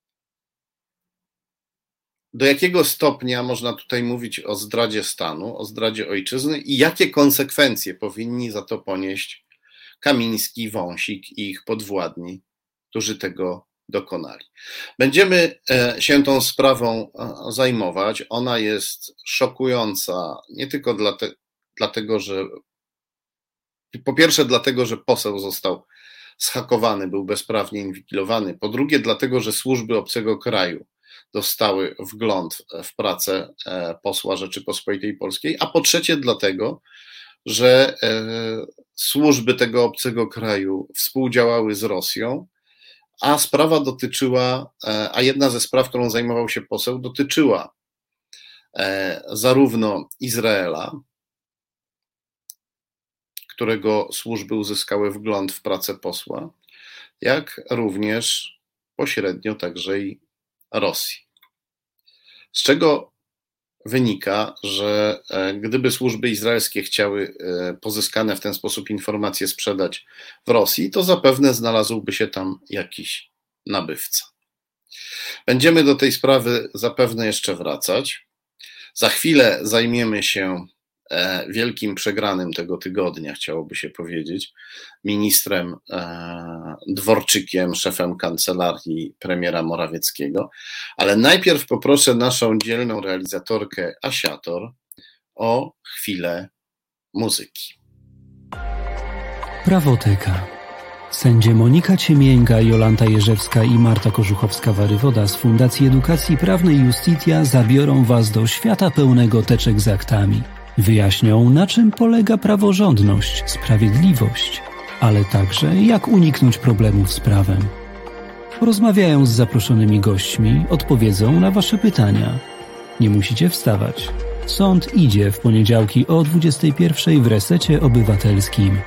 Do jakiego stopnia można tutaj mówić o zdradzie stanu, o zdradzie ojczyzny i jakie konsekwencje powinni za to ponieść Kamiński, Wąsik i ich podwładni, którzy tego dokonali. Będziemy się tą sprawą zajmować. Ona jest szokująca nie tylko dlatego, że po pierwsze dlatego, że poseł został zhakowany, był bezprawnie inwigilowany. Po drugie dlatego, że służby obcego kraju dostały wgląd w pracę posła Rzeczypospolitej Polskiej, a po trzecie dlatego, że służby tego obcego kraju współdziałały z Rosją, a jedna ze spraw, którą zajmował się poseł, dotyczyła zarówno Izraela, którego służby uzyskały wgląd w pracę posła, jak również pośrednio także i Rosji. Z czego wynika, że gdyby służby izraelskie chciały pozyskane w ten sposób informacje sprzedać w Rosji, to zapewne znalazłby się tam jakiś nabywca. Będziemy do tej sprawy zapewne jeszcze wracać. Za chwilę zajmiemy się wielkim przegranym tego tygodnia, chciałoby się powiedzieć, ministrem Dworczykiem, szefem kancelarii premiera Morawieckiego, ale najpierw poproszę naszą dzielną realizatorkę Asiator o chwilę muzyki. Prawoteka. Sędzie Monika Ciemięga, Jolanta Jerzewska i Marta Korzuchowska-Warywoda z Fundacji Edukacji Prawnej Justitia zabiorą Was do świata pełnego teczek z aktami. Wyjaśnią, na czym polega praworządność, sprawiedliwość, ale także jak uniknąć problemów z prawem. Porozmawiają z zaproszonymi gośćmi, odpowiedzą na Wasze pytania. Nie musicie wstawać. Sąd idzie w poniedziałki o 21:00 w Resecie Obywatelskim.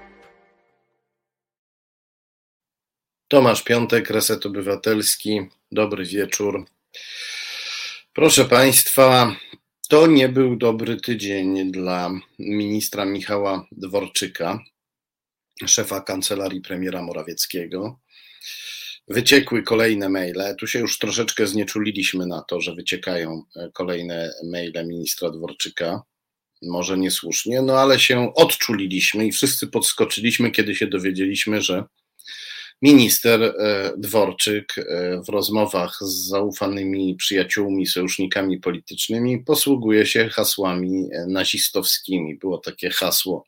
Tomasz Piątek, Reset Obywatelski. Dobry wieczór. Proszę Państwa, to nie był dobry tydzień dla ministra Michała Dworczyka, szefa kancelarii premiera Morawieckiego. Wyciekły kolejne maile. Tu się już troszeczkę znieczuliliśmy na to, że wyciekają kolejne maile ministra Dworczyka. Może niesłusznie, no ale się odczuliliśmy i wszyscy podskoczyliśmy, kiedy się dowiedzieliśmy, że minister Dworczyk w rozmowach z zaufanymi przyjaciółmi, sojusznikami politycznymi posługuje się hasłami nazistowskimi. Było takie hasło: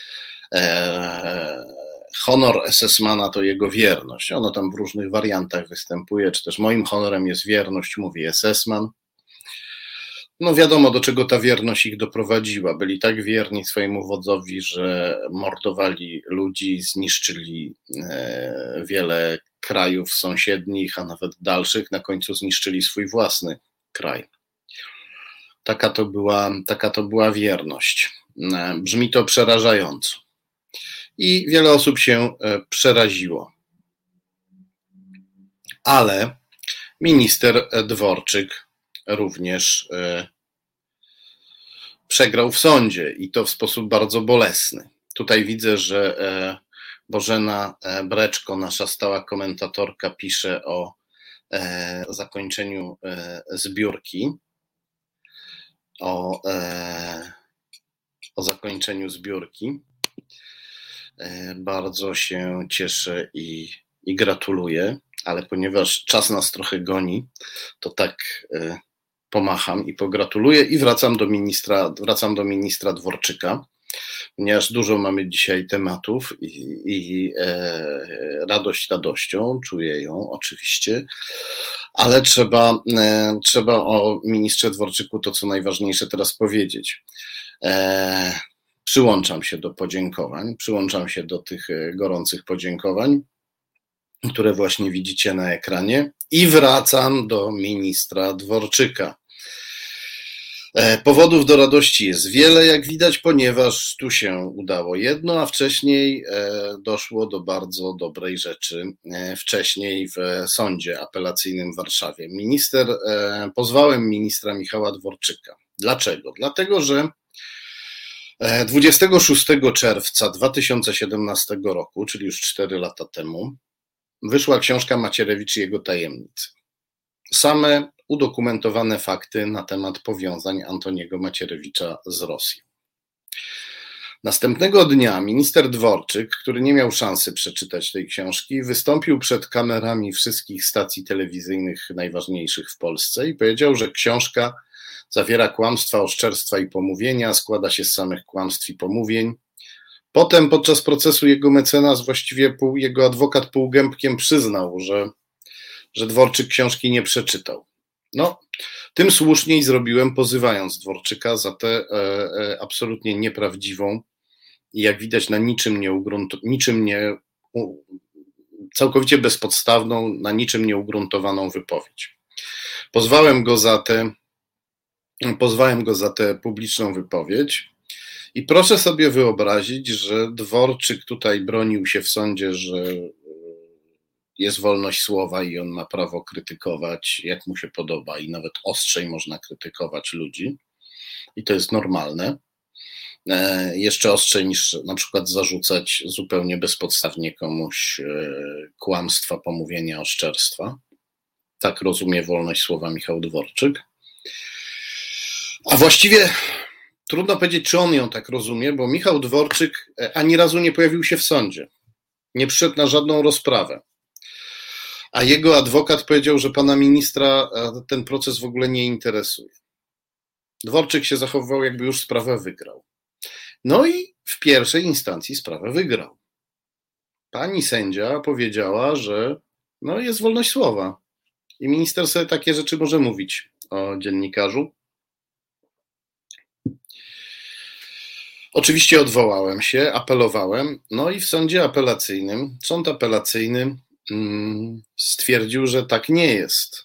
honor SS-mana to jego wierność. Ono tam w różnych wariantach występuje, czy też moim honorem jest wierność, mówi SS-man. No wiadomo, do czego ta wierność ich doprowadziła. Byli tak wierni swojemu wodzowi, że mordowali ludzi, zniszczyli wiele krajów sąsiednich, a nawet dalszych. Na końcu zniszczyli swój własny kraj. Taka to była wierność. Brzmi to przerażająco. I wiele osób się przeraziło. Ale minister Dworczyk również przegrał w sądzie i to w sposób bardzo bolesny. Tutaj widzę, że Bożena Breczko, nasza stała komentatorka, pisze o zakończeniu zbiórki. O zakończeniu zbiórki. Bardzo się cieszę i gratuluję, ale ponieważ czas nas trochę goni, to tak pomacham i pogratuluję i wracam do ministra Dworczyka, ponieważ dużo mamy dzisiaj tematów i radość radością, czuję ją oczywiście, ale trzeba o ministrze Dworczyku to, co najważniejsze teraz powiedzieć. Przyłączam się do podziękowań, przyłączam się do tych gorących podziękowań, które właśnie widzicie na ekranie, i wracam do ministra Dworczyka. Powodów do radości jest wiele, jak widać, ponieważ tu się udało jedno, a wcześniej doszło do bardzo dobrej rzeczy. Wcześniej w sądzie apelacyjnym w Warszawie pozwałem ministra Michała Dworczyka. Dlaczego? Dlatego, że 26 czerwca 2017 roku, czyli już 4 lata temu, wyszła książka Macierewicz i jego tajemnice. Same udokumentowane fakty na temat powiązań Antoniego Macierewicza z Rosją. Następnego dnia minister Dworczyk, który nie miał szansy przeczytać tej książki, wystąpił przed kamerami wszystkich stacji telewizyjnych najważniejszych w Polsce i powiedział, że książka zawiera kłamstwa, oszczerstwa i pomówienia, składa się z samych kłamstw i pomówień. Potem podczas procesu jego mecenas, właściwie jego adwokat półgębkiem przyznał, że Dworczyk książki nie przeczytał. No, tym słuszniej zrobiłem, pozywając Dworczyka za tę absolutnie nieprawdziwą i jak widać na całkowicie bezpodstawną, na niczym nieugruntowaną wypowiedź. Pozwałem go za tę publiczną wypowiedź i proszę sobie wyobrazić, że Dworczyk tutaj bronił się w sądzie, że jest wolność słowa i on ma prawo krytykować, jak mu się podoba, i nawet ostrzej można krytykować ludzi i to jest normalne. Jeszcze ostrzej niż na przykład zarzucać zupełnie bezpodstawnie komuś kłamstwa, pomówienia, oszczerstwa. Tak rozumie wolność słowa Michał Dworczyk. A właściwie trudno powiedzieć, czy on ją tak rozumie, bo Michał Dworczyk ani razu nie pojawił się w sądzie. Nie przyszedł na żadną rozprawę. A jego adwokat powiedział, że pana ministra ten proces w ogóle nie interesuje. Dworczyk się zachowywał, jakby już sprawę wygrał. No i w pierwszej instancji sprawę wygrał. Pani sędzia powiedziała, że jest wolność słowa i minister sobie takie rzeczy może mówić o dziennikarzu. Oczywiście odwołałem się, apelowałem, i w sądzie apelacyjnym, sąd apelacyjny stwierdził, że tak nie jest,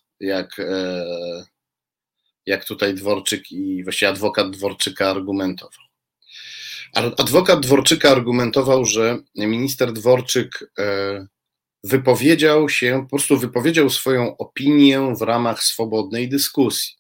jak tutaj Dworczyk i właściwie adwokat Dworczyka argumentował. Adwokat Dworczyka argumentował, że minister Dworczyk wypowiedział się, po prostu wypowiedział swoją opinię w ramach swobodnej dyskusji.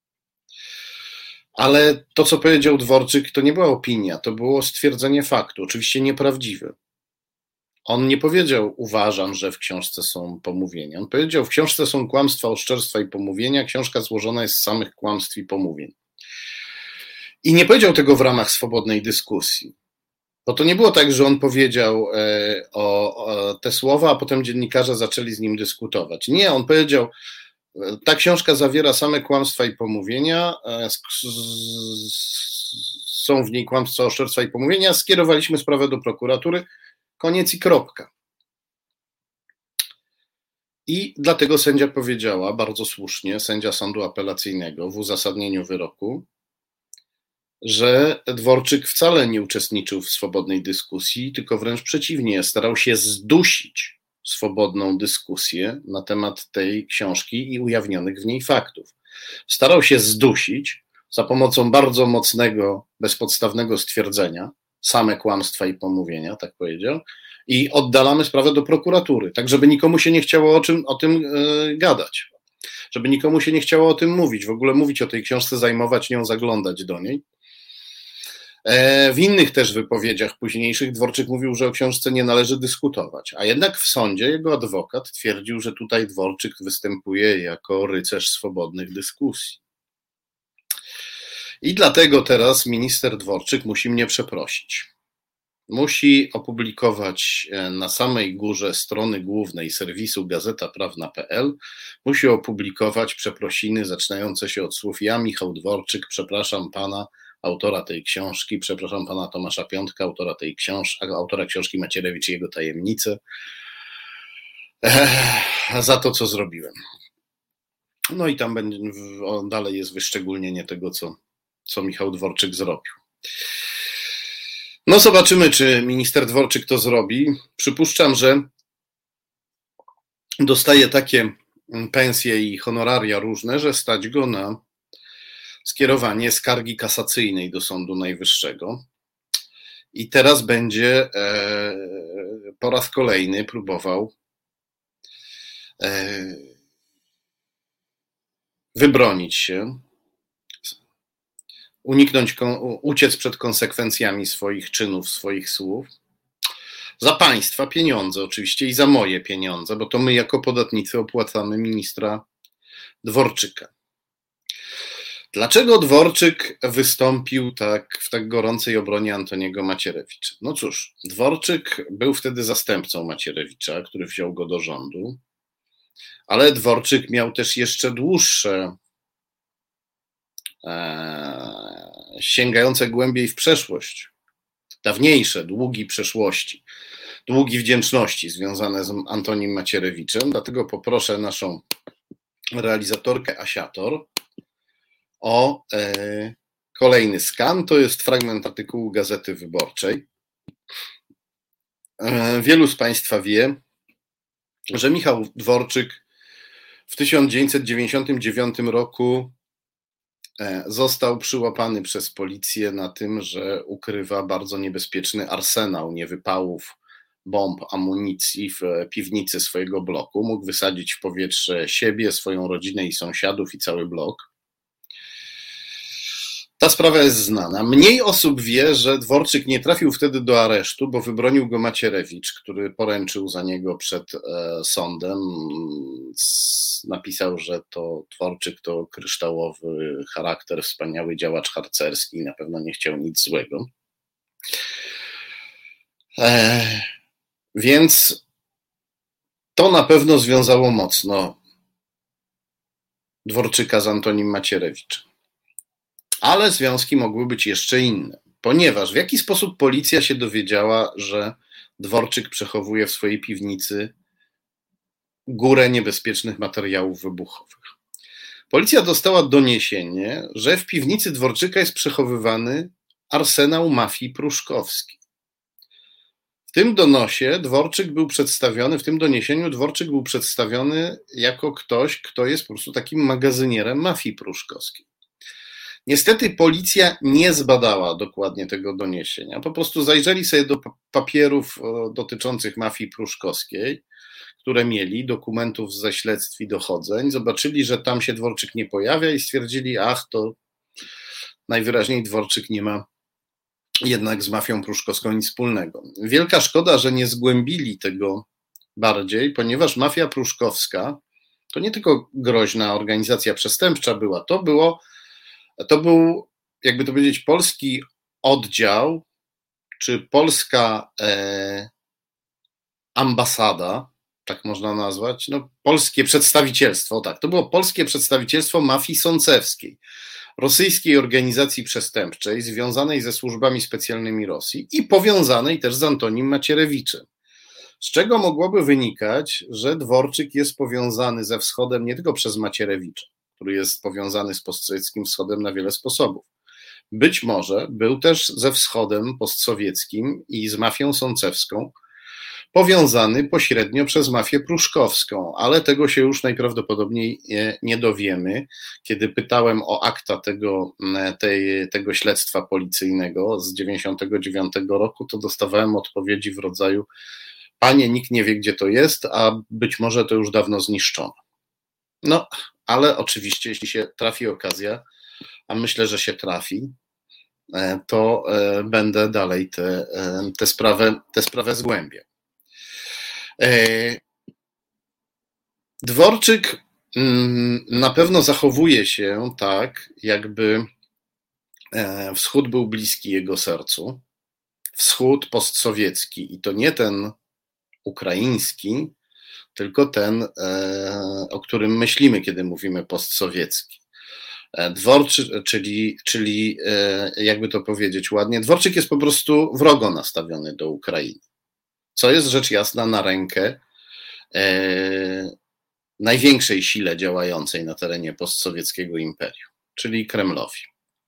Ale to, co powiedział Dworczyk, to nie była opinia, to było stwierdzenie faktu, oczywiście nieprawdziwe. On nie powiedział, uważam, że w książce są pomówienia. On powiedział, w książce są kłamstwa, oszczerstwa i pomówienia, książka złożona jest z samych kłamstw i pomówień. I nie powiedział tego w ramach swobodnej dyskusji. Bo to nie było tak, że on powiedział o te słowa, a potem dziennikarze zaczęli z nim dyskutować. Nie, on powiedział, ta książka zawiera same kłamstwa i pomówienia, są w niej kłamstwa, oszczerstwa i pomówienia, skierowaliśmy sprawę do prokuratury, koniec i kropka. I dlatego sędzia powiedziała, bardzo słusznie, sędzia sądu apelacyjnego w uzasadnieniu wyroku, że Dworczyk wcale nie uczestniczył w swobodnej dyskusji, tylko wręcz przeciwnie, starał się zdusić swobodną dyskusję na temat tej książki i ujawnionych w niej faktów. Starał się zdusić za pomocą bardzo mocnego, bezpodstawnego stwierdzenia, same kłamstwa i pomówienia, tak powiedział, i oddalamy sprawę do prokuratury, tak żeby nikomu się nie chciało o tym gadać, żeby nikomu się nie chciało o tym mówić, w ogóle mówić o tej książce, zajmować nią, zaglądać do niej. W innych też wypowiedziach późniejszych Dworczyk mówił, że o książce nie należy dyskutować, a jednak w sądzie jego adwokat twierdził, że tutaj Dworczyk występuje jako rycerz swobodnych dyskusji. I dlatego teraz minister Dworczyk musi mnie przeprosić. Musi opublikować na samej górze strony głównej serwisu gazetaprawna.pl, musi opublikować przeprosiny zaczynające się od słów: ja, Michał Dworczyk, przepraszam pana, autora tej książki, przepraszam pana Tomasza Piątka, autora książki Macierewicz i jego tajemnice, za to, co zrobiłem. No i tam dalej jest wyszczególnienie tego, co Michał Dworczyk zrobił. No zobaczymy, czy minister Dworczyk to zrobi. Przypuszczam, że dostaje takie pensje i honoraria różne, że stać go na skierowanie skargi kasacyjnej do Sądu Najwyższego. I teraz będzie po raz kolejny próbował wybronić się, uciec przed konsekwencjami swoich czynów, swoich słów. Za państwa pieniądze oczywiście i za moje pieniądze, bo to my jako podatnicy opłacamy ministra Dworczyka. Dlaczego Dworczyk wystąpił w tak gorącej obronie Antoniego Macierewicza? No cóż, Dworczyk był wtedy zastępcą Macierewicza, który wziął go do rządu, ale Dworczyk miał też jeszcze dłuższe, sięgające głębiej w przeszłość, dawniejsze długi przeszłości, długi wdzięczności związane z Antonim Macierewiczem. Dlatego poproszę naszą realizatorkę Asiator o kolejny skan. To jest fragment artykułu Gazety Wyborczej. Wielu z Państwa wie, że Michał Dworczyk w 1999 roku został przyłapany przez policję na tym, że ukrywa bardzo niebezpieczny arsenał niewypałów, bomb, amunicji w piwnicy swojego bloku. Mógł wysadzić w powietrze siebie, swoją rodzinę i sąsiadów i cały blok. Ta sprawa jest znana. Mniej osób wie, że Dworczyk nie trafił wtedy do aresztu, bo wybronił go Macierewicz, który poręczył za niego przed sądem. Napisał, że to Dworczyk to kryształowy charakter, wspaniały działacz harcerski i na pewno nie chciał nic złego. Więc to na pewno związało mocno Dworczyka z Antonim Macierewiczem. Ale związki mogły być jeszcze inne, ponieważ w jaki sposób policja się dowiedziała, że Dworczyk przechowuje w swojej piwnicy górę niebezpiecznych materiałów wybuchowych. Policja dostała doniesienie, że w piwnicy Dworczyka jest przechowywany arsenał mafii pruszkowskiej. W tym doniesieniu Dworczyk był przedstawiony jako ktoś, kto jest po prostu takim magazynierem mafii pruszkowskiej. Niestety policja nie zbadała dokładnie tego doniesienia. Po prostu zajrzeli sobie do papierów dotyczących mafii pruszkowskiej, które mieli, dokumentów ze śledztw i dochodzeń, zobaczyli, że tam się Dworczyk nie pojawia i stwierdzili, to najwyraźniej Dworczyk nie ma jednak z mafią pruszkowską nic wspólnego. Wielka szkoda, że nie zgłębili tego bardziej, ponieważ mafia pruszkowska to nie tylko groźna organizacja przestępcza była, to był, jakby to powiedzieć, polski oddział, czy polska ambasada, tak można nazwać, polskie przedstawicielstwo, to było polskie przedstawicielstwo mafii sącewskiej, rosyjskiej organizacji przestępczej związanej ze służbami specjalnymi Rosji i powiązanej też z Antonim Macierewiczem. Z czego mogłoby wynikać, że Dworczyk jest powiązany ze Wschodem nie tylko przez Macierewicza, który jest powiązany z postsowieckim Wschodem na wiele sposobów. Być może był też ze Wschodem postsowieckim i z mafią sącewską powiązany pośrednio przez mafię pruszkowską, ale tego się już najprawdopodobniej nie dowiemy. Kiedy pytałem o akta tego śledztwa policyjnego z 1999 roku, to dostawałem odpowiedzi w rodzaju: panie, nikt nie wie, gdzie to jest, a być może to już dawno zniszczono. Ale oczywiście, jeśli się trafi okazja, a myślę, że się trafi, to będę dalej tę sprawę zgłębiał. Dworczyk na pewno zachowuje się tak, jakby Wschód był bliski jego sercu. Wschód postsowiecki i to nie ten ukraiński, tylko ten, o którym myślimy, kiedy mówimy postsowiecki. Dworczyk, czyli jakby to powiedzieć ładnie, Dworczyk jest po prostu wrogo nastawiony do Ukrainy, co jest rzecz jasna na rękę największej sile działającej na terenie postsowieckiego imperium, czyli Kremlowi.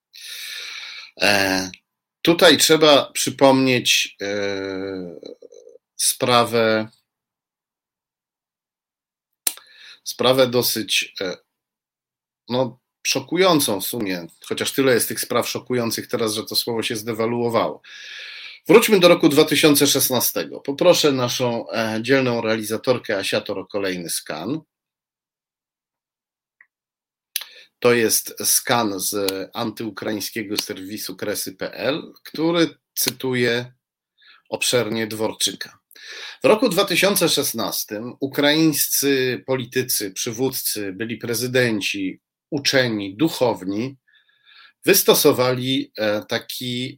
Tutaj trzeba przypomnieć sprawę dosyć szokującą w sumie, chociaż tyle jest tych spraw szokujących teraz, że to słowo się zdewaluowało. Wróćmy do roku 2016. Poproszę naszą dzielną realizatorkę Asiator o kolejny skan. To jest skan z antyukraińskiego serwisu Kresy.pl, który cytuje obszernie Dworczyka. W roku 2016 ukraińscy politycy, przywódcy, byli prezydenci, uczeni, duchowni wystosowali taki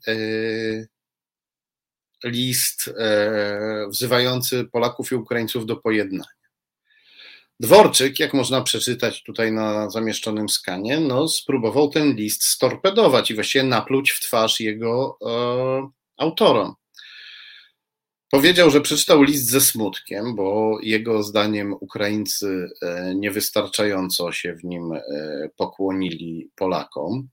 list wzywający Polaków i Ukraińców do pojednania. Dworczyk, jak można przeczytać tutaj na zamieszczonym skanie, spróbował ten list storpedować i właściwie napluć w twarz jego autorom. Powiedział, że przeczytał list ze smutkiem, bo jego zdaniem Ukraińcy niewystarczająco się w nim pokłonili Polakom.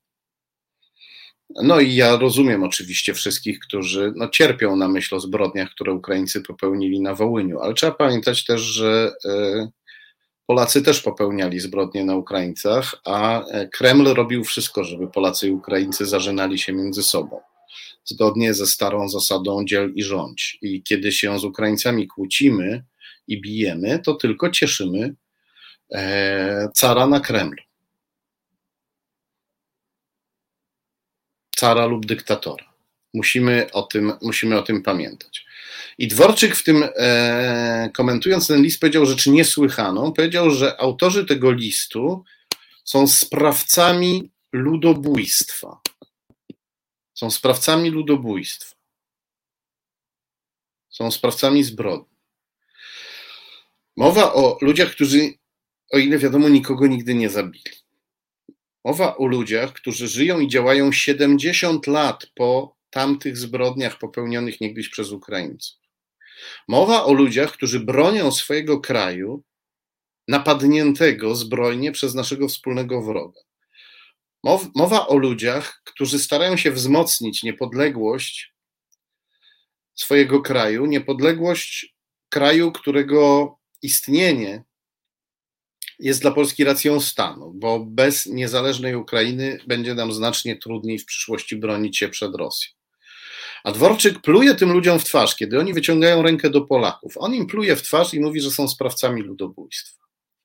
I ja rozumiem oczywiście wszystkich, którzy cierpią na myśl o zbrodniach, które Ukraińcy popełnili na Wołyniu, ale trzeba pamiętać też, że Polacy też popełniali zbrodnie na Ukraińcach, a Kreml robił wszystko, żeby Polacy i Ukraińcy zażynali się między sobą, zgodnie ze starą zasadą dziel i rządź. I kiedy się z Ukraińcami kłócimy i bijemy, to tylko cieszymy cara na Kremlu. cara lub dyktatora. Musimy o tym pamiętać. I Dworczyk w tym, komentując ten list, powiedział rzecz niesłychaną. Powiedział, że autorzy tego listu są sprawcami ludobójstwa. Są sprawcami ludobójstwa. Są sprawcami zbrodni. Mowa o ludziach, którzy, o ile wiadomo, nikogo nigdy nie zabili. Mowa o ludziach, którzy żyją i działają 70 lat po tamtych zbrodniach popełnionych niegdyś przez Ukraińców. Mowa o ludziach, którzy bronią swojego kraju napadniętego zbrojnie przez naszego wspólnego wroga. Mowa o ludziach, którzy starają się wzmocnić niepodległość swojego kraju, niepodległość kraju, którego istnienie jest dla Polski racją stanu, bo bez niezależnej Ukrainy będzie nam znacznie trudniej w przyszłości bronić się przed Rosją. A Dworczyk pluje tym ludziom w twarz, kiedy oni wyciągają rękę do Polaków. On im pluje w twarz i mówi, że są sprawcami ludobójstwa.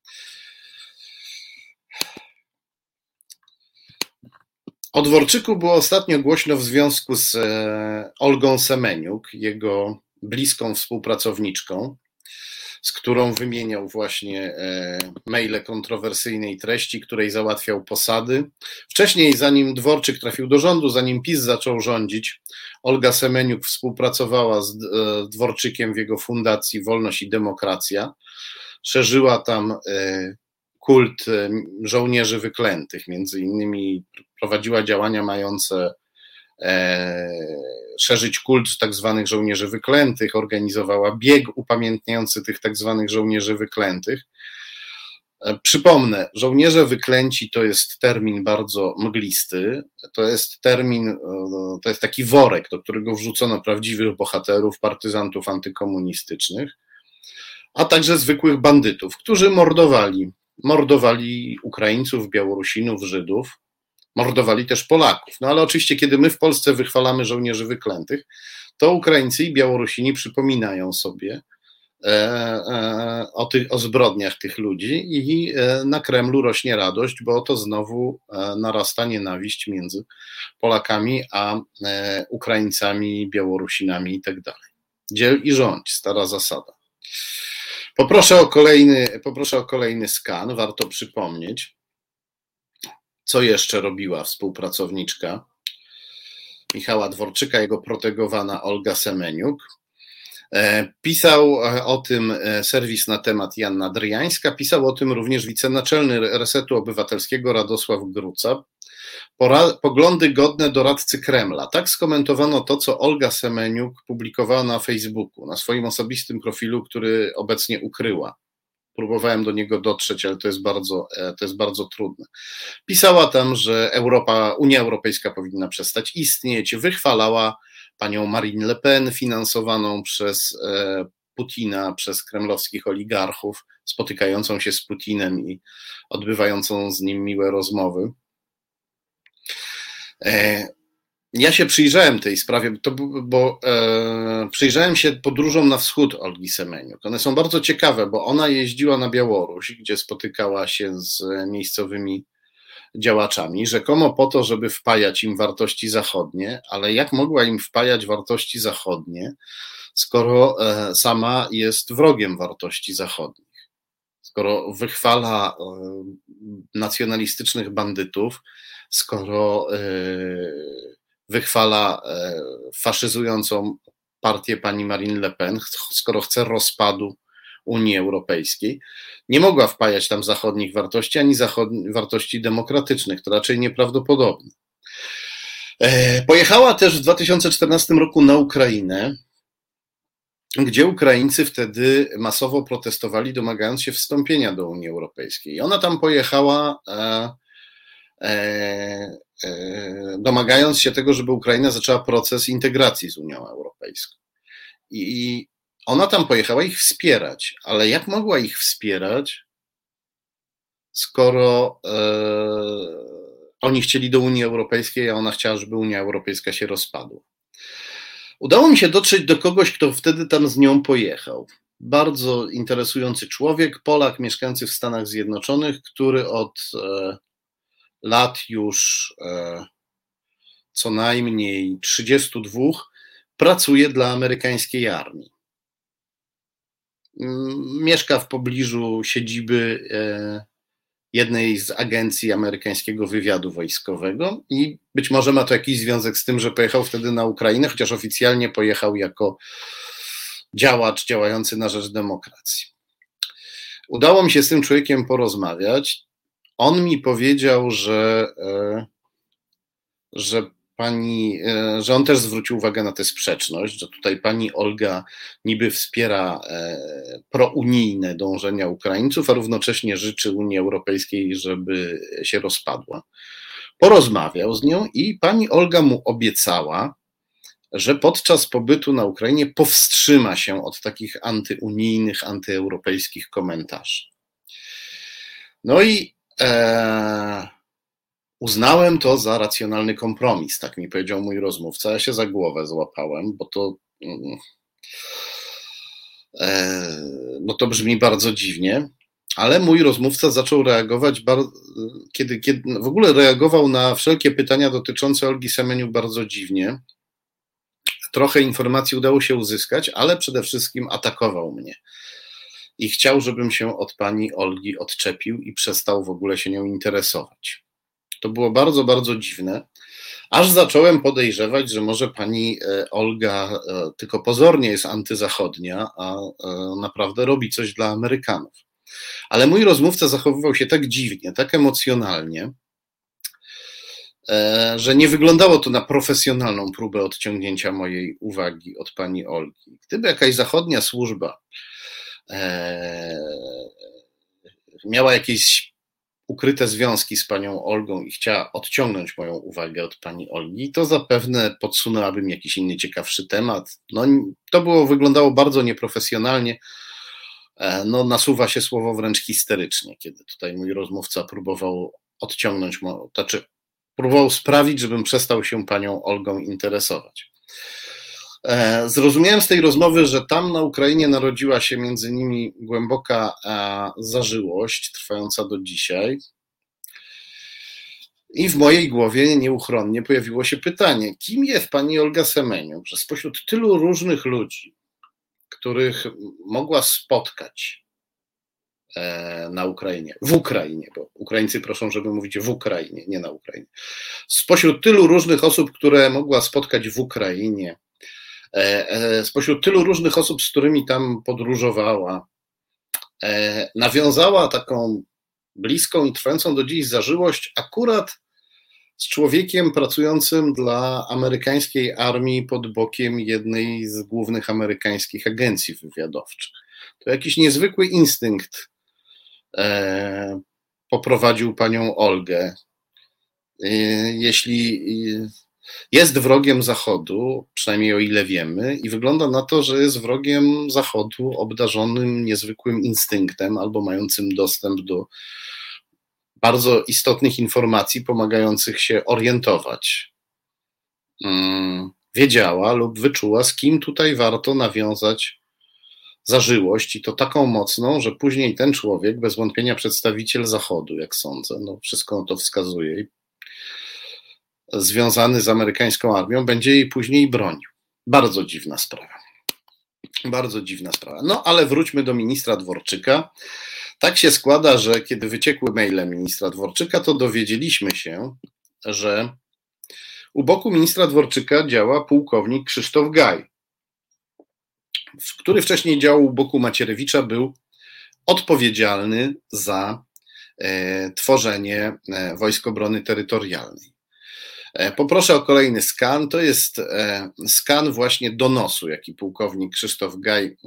O Dworczyku było ostatnio głośno w związku z Olgą Semeniuk, jego bliską współpracowniczką, z którą wymieniał właśnie maile kontrowersyjnej treści, której załatwiał posady. Wcześniej, zanim Dworczyk trafił do rządu, zanim PiS zaczął rządzić, Olga Semeniuk współpracowała z Dworczykiem w jego fundacji Wolność i Demokracja. Szerzyła tam kult żołnierzy wyklętych, między innymi prowadziła działania mające szerzyć kult tak zwanych żołnierzy wyklętych, organizowała bieg upamiętniający tych tak zwanych żołnierzy wyklętych. Przypomnę, żołnierze wyklęci to jest termin bardzo mglisty, to jest taki worek, do którego wrzucono prawdziwych bohaterów, partyzantów antykomunistycznych, a także zwykłych bandytów, którzy mordowali Ukraińców, Białorusinów, Żydów, mordowali też Polaków. No ale oczywiście, kiedy my w Polsce wychwalamy żołnierzy wyklętych, to Ukraińcy i Białorusini przypominają sobie o zbrodniach tych ludzi i na Kremlu rośnie radość, bo to znowu narasta nienawiść między Polakami a Ukraińcami, Białorusinami i tak dalej. Dziel i rządź, stara zasada. Poproszę o kolejny skan, warto przypomnieć, co jeszcze robiła współpracowniczka Michała Dworczyka, jego protegowana Olga Semeniuk. Pisał o tym serwis Na Temat Joanna Dryjańska, pisał o tym również wicenaczelny Resetu Obywatelskiego Radosław Gruca. Poglądy godne doradcy Kremla. Tak skomentowano to, co Olga Semeniuk publikowała na Facebooku, na swoim osobistym profilu, który obecnie ukryła. Próbowałem do niego dotrzeć, ale to jest bardzo trudne. Pisała tam, że Unia Europejska powinna przestać istnieć, wychwalała panią Marine Le Pen, finansowaną przez Putina, przez kremlowskich oligarchów, spotykającą się z Putinem i odbywającą z nim miłe rozmowy. Ja się przyjrzałem tej sprawie, bo przyjrzałem się podróżom na wschód Olgi Semeniuk. One są bardzo ciekawe, bo ona jeździła na Białoruś, gdzie spotykała się z miejscowymi działaczami, rzekomo po to, żeby wpajać im wartości zachodnie, ale jak mogła im wpajać wartości zachodnie, skoro sama jest wrogiem wartości zachodnich, skoro wychwala nacjonalistycznych bandytów, skoro wychwala faszyzującą partię pani Marine Le Pen, skoro chce rozpadu Unii Europejskiej, nie mogła wpajać tam zachodnich wartości, ani wartości demokratycznych, to raczej nieprawdopodobne. Pojechała też w 2014 roku na Ukrainę, gdzie Ukraińcy wtedy masowo protestowali, domagając się wstąpienia do Unii Europejskiej. I ona tam pojechała domagając się tego, żeby Ukraina zaczęła proces integracji z Unią Europejską. I ona tam pojechała ich wspierać, ale jak mogła ich wspierać, skoro oni chcieli do Unii Europejskiej, a ona chciała, żeby Unia Europejska się rozpadła. Udało mi się dotrzeć do kogoś, kto wtedy tam z nią pojechał. Bardzo interesujący człowiek, Polak mieszkający w Stanach Zjednoczonych, który od lat już co najmniej 32 pracuje dla amerykańskiej armii. Mieszka w pobliżu siedziby jednej z agencji amerykańskiego wywiadu wojskowego i być może ma to jakiś związek z tym, że pojechał wtedy na Ukrainę, chociaż oficjalnie pojechał jako działacz działający na rzecz demokracji. Udało mi się z tym człowiekiem porozmawiać. On mi powiedział, że on też zwrócił uwagę na tę sprzeczność, że tutaj pani Olga niby wspiera prounijne dążenia Ukraińców, a równocześnie życzy Unii Europejskiej, żeby się rozpadła. Porozmawiał z nią i pani Olga mu obiecała, że podczas pobytu na Ukrainie powstrzyma się od takich antyunijnych, antyeuropejskich komentarzy. No i uznałem to za racjonalny kompromis, tak mi powiedział mój rozmówca. Ja się za głowę złapałem, bo to brzmi bardzo dziwnie, ale mój rozmówca zaczął reagować, kiedy w ogóle reagował na wszelkie pytania dotyczące Olgi Semeniuk bardzo dziwnie. Trochę informacji udało się uzyskać, ale przede wszystkim atakował mnie. I chciał, żebym się od pani Olgi odczepił i przestał w ogóle się nią interesować. To było bardzo, bardzo dziwne, aż zacząłem podejrzewać, że może pani Olga tylko pozornie jest antyzachodnia, a naprawdę robi coś dla Amerykanów. Ale mój rozmówca zachowywał się tak dziwnie, tak emocjonalnie, że nie wyglądało to na profesjonalną próbę odciągnięcia mojej uwagi od pani Olgi. Gdyby jakaś zachodnia służba miała jakieś ukryte związki z panią Olgą i chciała odciągnąć moją uwagę od pani Olgi, to zapewne podsunęłaby mi jakiś inny, ciekawszy temat. To wyglądało bardzo nieprofesjonalnie. Nasuwa się słowo wręcz histerycznie, kiedy tutaj mój rozmówca próbował próbował sprawić, żebym przestał się panią Olgą interesować. Zrozumiałem z tej rozmowy, że tam na Ukrainie narodziła się między nimi głęboka zażyłość, trwająca do dzisiaj. I w mojej głowie nieuchronnie pojawiło się pytanie, kim jest pani Olga Semeniuk, że spośród tylu różnych ludzi, których mogła spotkać na Ukrainie, w Ukrainie, bo Ukraińcy proszą, żeby mówić w Ukrainie, nie na Ukrainie. Spośród tylu różnych osób, które mogła spotkać w Ukrainie, spośród tylu różnych osób, z którymi tam podróżowała, nawiązała taką bliską i trwającą do dziś zażyłość akurat z człowiekiem pracującym dla amerykańskiej armii pod bokiem jednej z głównych amerykańskich agencji wywiadowczych. To jakiś niezwykły instynkt poprowadził panią Olgę. Jeśli jest wrogiem Zachodu, przynajmniej o ile wiemy, i wygląda na to, że jest wrogiem Zachodu obdarzonym niezwykłym instynktem albo mającym dostęp do bardzo istotnych informacji pomagających się orientować. Wiedziała lub wyczuła, z kim tutaj warto nawiązać zażyłość i to taką mocną, że później ten człowiek, bez wątpienia przedstawiciel Zachodu, jak sądzę, wszystko na to wskazuje, związany z amerykańską armią, będzie jej później bronił. Bardzo dziwna sprawa. Bardzo dziwna sprawa. Ale wróćmy do ministra Dworczyka. Tak się składa, że kiedy wyciekły maile ministra Dworczyka, to dowiedzieliśmy się, że u boku ministra Dworczyka działa pułkownik Krzysztof Gaj, który wcześniej działał u boku Macierewicza, był odpowiedzialny za tworzenie Wojsk Obrony Terytorialnej. Poproszę o kolejny skan. To jest skan właśnie donosu, jaki pułkownik Krzysztof Gaj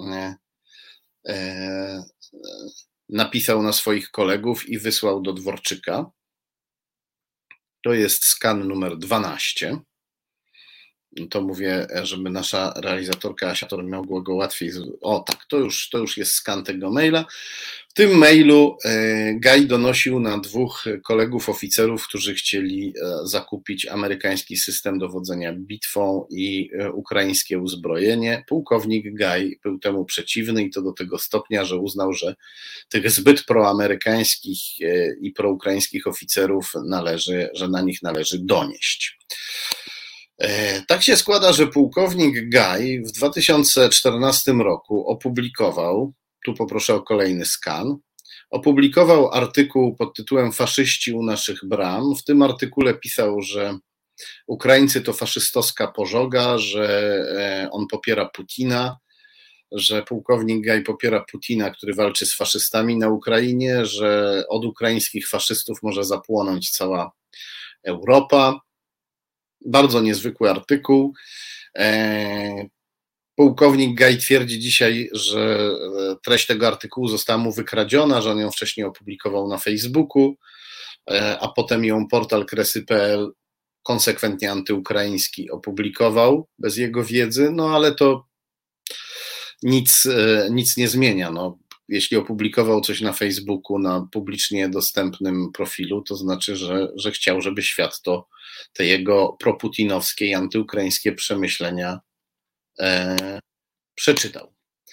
napisał na swoich kolegów i wysłał do Dworczyka. To jest skan numer 12. To mówię, żeby nasza realizatorka Asiator mogła go łatwiej... O tak, to już jest skan tego maila. W tym mailu Gaj donosił na 2 kolegów oficerów, którzy chcieli zakupić amerykański system dowodzenia bitwą i ukraińskie uzbrojenie. Pułkownik Gaj był temu przeciwny i to do tego stopnia, że uznał, że tych zbyt proamerykańskich i proukraińskich oficerów że na nich należy donieść. Tak się składa, że pułkownik Gaj w 2014 roku opublikował, tu poproszę o kolejny skan, opublikował artykuł pod tytułem Faszyści u naszych bram. W tym artykule pisał, że Ukraińcy to faszystowska pożoga, że on popiera Putina, że pułkownik Gaj popiera Putina, który walczy z faszystami na Ukrainie, że od ukraińskich faszystów może zapłonąć cała Europa. Bardzo niezwykły artykuł. Pułkownik Gaj twierdzi dzisiaj, że treść tego artykułu została mu wykradziona, że on ją wcześniej opublikował na Facebooku, a potem ją portal Kresy.pl konsekwentnie antyukraiński opublikował bez jego wiedzy, no ale to nic nie zmienia. No, jeśli opublikował coś na Facebooku, na publicznie dostępnym profilu, to znaczy, że chciał, żeby świat te jego proputinowskie i antyukraińskie przemyślenia przeczytał.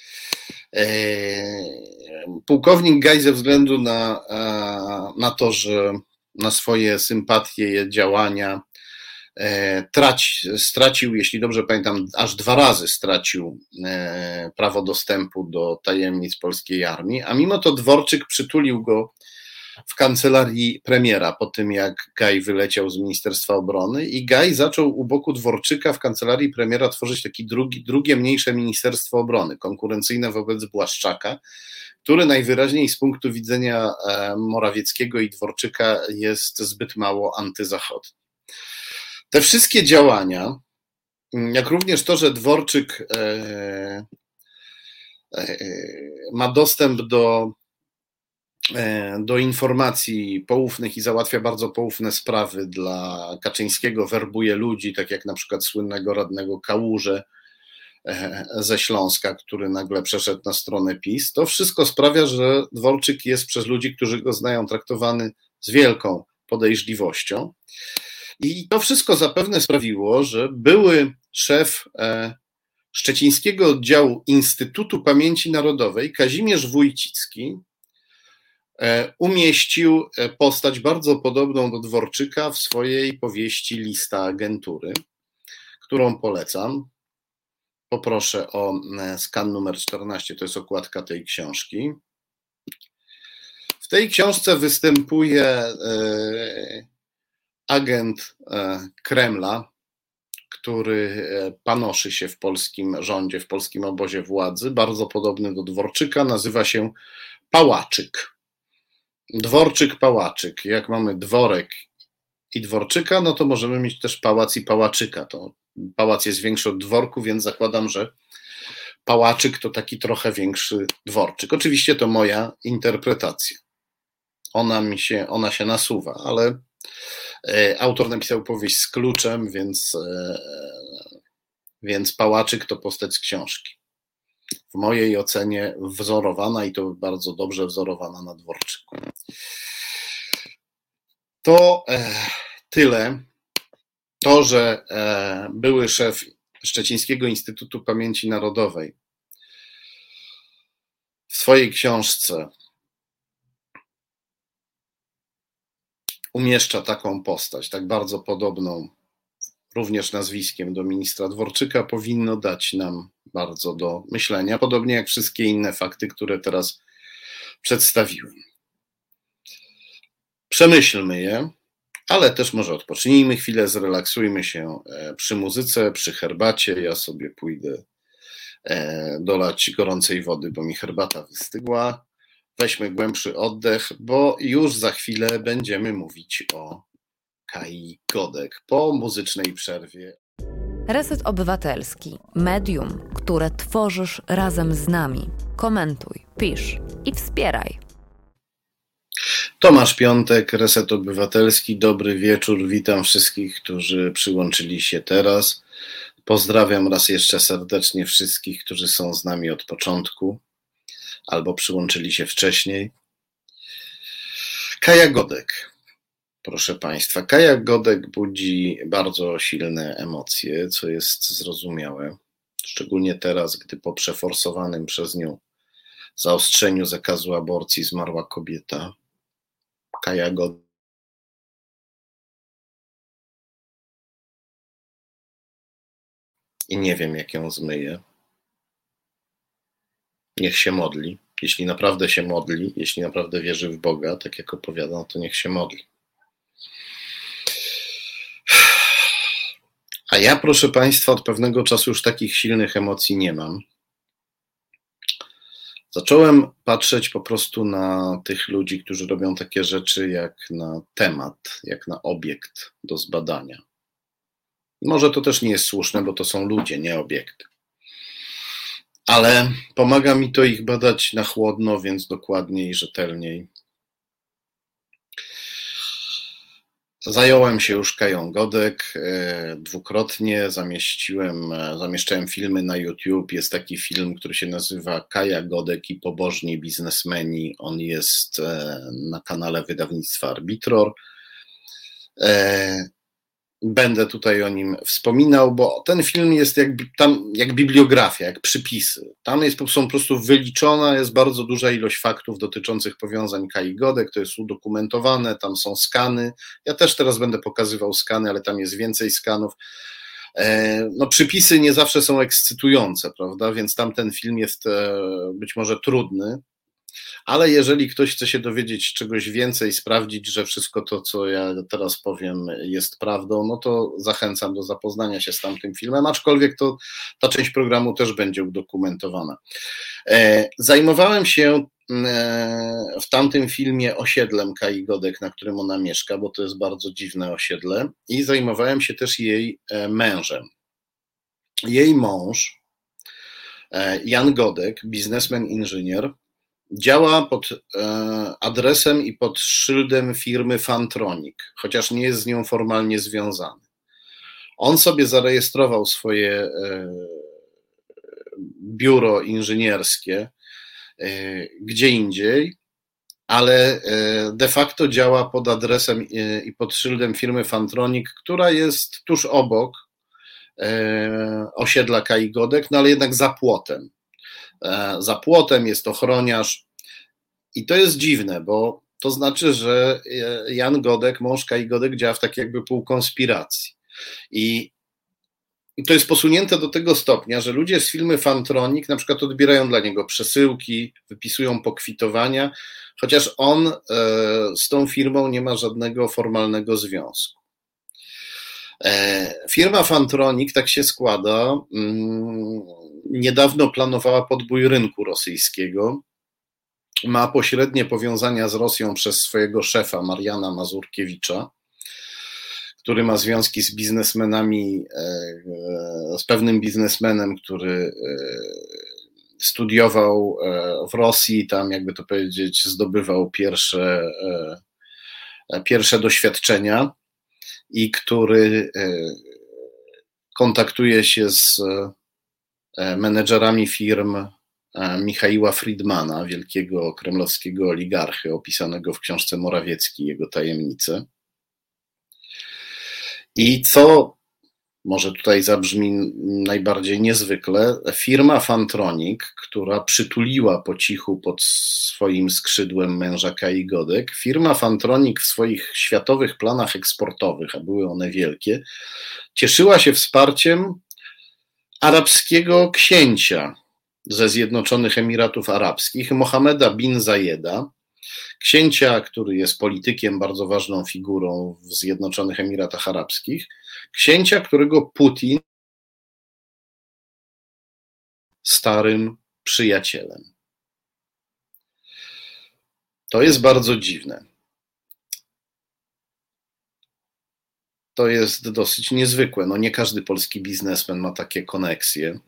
Pułkownik Gaj ze względu na to, że na swoje sympatie, działania stracił, jeśli dobrze pamiętam, aż 2 razy stracił prawo dostępu do tajemnic polskiej armii, a mimo to Dworczyk przytulił go w kancelarii premiera po tym, jak Gaj wyleciał z Ministerstwa Obrony i Gaj zaczął u boku Dworczyka w kancelarii premiera tworzyć taki drugie mniejsze Ministerstwo Obrony, konkurencyjne wobec Błaszczaka, który najwyraźniej z punktu widzenia Morawieckiego i Dworczyka jest zbyt mało antyzachodni. Te wszystkie działania, jak również to, że Dworczyk ma dostęp do informacji poufnych i załatwia bardzo poufne sprawy dla Kaczyńskiego, werbuje ludzi, tak jak na przykład słynnego radnego Kałużę ze Śląska, który nagle przeszedł na stronę PiS, to wszystko sprawia, że Dworczyk jest przez ludzi, którzy go znają, traktowany z wielką podejrzliwością. I to wszystko zapewne sprawiło, że były szef szczecińskiego oddziału Instytutu Pamięci Narodowej, Kazimierz Wójcicki, umieścił postać bardzo podobną do Dworczyka w swojej powieści Lista agentury, którą polecam. Poproszę o skan numer 14, to jest okładka tej książki. W tej książce występuje agent Kremla, który panoszy się w polskim rządzie, w polskim obozie władzy, bardzo podobny do Dworczyka, nazywa się Pałaczyk. Dworczyk, Pałaczyk. Jak mamy Dworek i Dworczyka, no to możemy mieć też Pałac i Pałaczyka. To pałac jest większy od dworku, więc zakładam, że Pałaczyk to taki trochę większy Dworczyk. Oczywiście to moja interpretacja. Ona się nasuwa, ale autor napisał powieść z kluczem, więc Pałaczyk to postać z książki. W mojej ocenie wzorowana i to bardzo dobrze wzorowana na Dworczyku. To tyle. To, że były szef Szczecińskiego Instytutu Pamięci Narodowej w swojej książce umieszcza taką postać, tak bardzo podobną również nazwiskiem do ministra Dworczyka, powinno dać nam bardzo do myślenia, podobnie jak wszystkie inne fakty, które teraz przedstawiłem. Przemyślmy je, ale też może odpocznijmy chwilę, zrelaksujmy się przy muzyce, przy herbacie. Ja sobie pójdę dolać gorącej wody, bo mi herbata wystygła. Weźmy głębszy oddech, bo już za chwilę będziemy mówić o Kai Godek po muzycznej przerwie. Reset Obywatelski. Medium, które tworzysz razem z nami. Komentuj, pisz i wspieraj. Tomasz Piątek, Reset Obywatelski. Dobry wieczór. Witam wszystkich, którzy przyłączyli się teraz. Pozdrawiam raz jeszcze serdecznie wszystkich, którzy są z nami od początku albo przyłączyli się wcześniej. Kaja Godek. Proszę Państwa, Kaja Godek budzi bardzo silne emocje, co jest zrozumiałe, szczególnie teraz, gdy po przeforsowanym przez nią zaostrzeniu zakazu aborcji zmarła kobieta. Kaja Godek i nie wiem, jak ją zmyję. Niech się modli. Jeśli naprawdę się modli, jeśli naprawdę wierzy w Boga, tak jak opowiada, to niech się modli. A ja, proszę Państwa, od pewnego czasu już takich silnych emocji nie mam. Zacząłem patrzeć po prostu na tych ludzi, którzy robią takie rzeczy jak na temat, jak na obiekt do zbadania. Może to też nie jest słuszne, bo to są ludzie, nie obiekty. Ale pomaga mi to ich badać na chłodno, więc dokładniej, rzetelniej. Zająłem się już Kają Godek dwukrotnie, zamieszczałem filmy na YouTube. Jest taki film, który się nazywa Kaja Godek i pobożni biznesmeni. On jest na kanale wydawnictwa Arbitror. Będę tutaj o nim wspominał, bo ten film jest jak bibliografia, jak przypisy. Tam są po prostu wyliczona, jest bardzo duża ilość faktów dotyczących powiązań Kai Godek, to jest udokumentowane, tam są skany. Ja też teraz będę pokazywał skany, ale tam jest więcej skanów. No, przypisy nie zawsze są ekscytujące, prawda? Więc tamten film jest być może trudny. Ale jeżeli ktoś chce się dowiedzieć czegoś więcej, sprawdzić, że wszystko to, co ja teraz powiem, jest prawdą, no to zachęcam do zapoznania się z tamtym filmem, aczkolwiek ta część programu też będzie udokumentowana. Zajmowałem się w tamtym filmie osiedlem Kai Godek, na którym ona mieszka, bo to jest bardzo dziwne osiedle, i zajmowałem się też jej mężem. Jej mąż, Jan Godek, biznesmen, inżynier, działa pod adresem i pod szyldem firmy Fantronic, chociaż nie jest z nią formalnie związany. On sobie zarejestrował swoje biuro inżynierskie gdzie indziej, ale de facto działa pod adresem i pod szyldem firmy Fantronic, która jest tuż obok osiedla Kai Godek, no ale jednak za płotem. Za płotem jest ochroniarz i to jest dziwne, bo to znaczy, że Jan Godek, mąż Kai Godek, działa w takiej jakby półkonspiracji. I to jest posunięte do tego stopnia, że ludzie z firmy Fantronic na przykład odbierają dla niego przesyłki, wypisują pokwitowania, chociaż on z tą firmą nie ma żadnego formalnego związku. Firma Fantronic, tak się składa, niedawno planowała podbój rynku rosyjskiego. Ma pośrednie powiązania z Rosją przez swojego szefa Mariana Mazurkiewicza, który ma związki z biznesmenami, z pewnym biznesmenem, który studiował w Rosji, tam jakby to powiedzieć zdobywał pierwsze doświadczenia i który kontaktuje się z menedżerami firm Michaiła Friedmana, wielkiego kremlowskiego oligarchy opisanego w książce Morawiecki, jego tajemnice. I co może tutaj zabrzmi najbardziej niezwykle, firma Fantronic, która przytuliła po cichu pod swoim skrzydłem męża Kai Godek, firma Fantronic w swoich światowych planach eksportowych, a były one wielkie, cieszyła się wsparciem arabskiego księcia ze Zjednoczonych Emiratów Arabskich, Mohammeda bin Zayeda, księcia, który jest politykiem, bardzo ważną figurą w Zjednoczonych Emiratach Arabskich, księcia, którego Putin starym przyjacielem. To jest bardzo dziwne. To jest dosyć niezwykłe. No nie każdy polski biznesmen ma takie koneksje.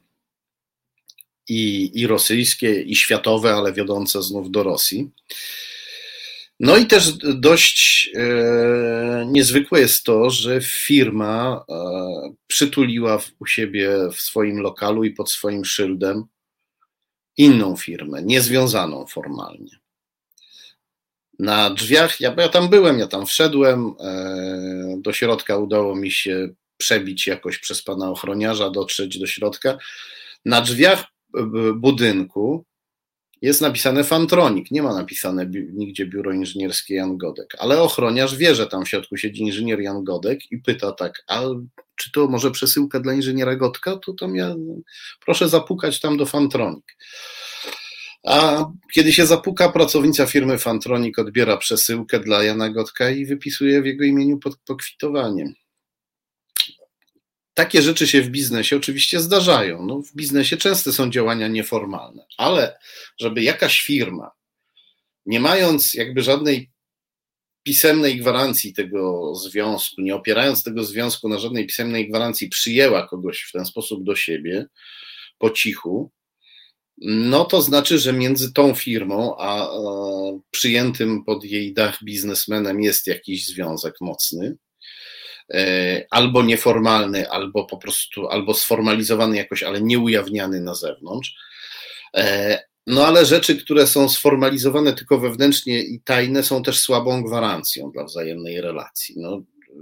I rosyjskie, i światowe, ale wiodące znów do Rosji. No i też dość niezwykłe jest to, że firma przytuliła u siebie w swoim lokalu i pod swoim szyldem inną firmę, niezwiązaną formalnie. Na drzwiach, ja tam byłem, ja tam wszedłem, do środka udało mi się przebić jakoś przez pana ochroniarza, dotrzeć do środka. Na drzwiach budynku Jest napisane Fantronik, nie ma napisane nigdzie biuro inżynierskie Jan Godek, ale ochroniarz wie, że tam w środku siedzi inżynier Jan Godek i pyta tak, a czy to może przesyłka dla inżyniera Godka? To tam proszę zapukać tam do Fantronik. A kiedy się zapuka, pracownica firmy Fantronik odbiera przesyłkę dla Jana Godka i wypisuje w jego imieniu pokwitowanie. Takie rzeczy się w biznesie oczywiście zdarzają. No, w biznesie często są działania nieformalne, ale żeby jakaś firma, nie mając jakby żadnej pisemnej gwarancji tego związku, nie opierając tego związku na żadnej pisemnej gwarancji, przyjęła kogoś w ten sposób do siebie po cichu, no to znaczy, że między tą firmą a przyjętym pod jej dach biznesmenem jest jakiś związek mocny, albo nieformalny, albo po prostu, albo sformalizowany jakoś, ale nieujawniany na zewnątrz. No ale rzeczy, które są sformalizowane tylko wewnętrznie i tajne, są też słabą gwarancją dla wzajemnej relacji. No,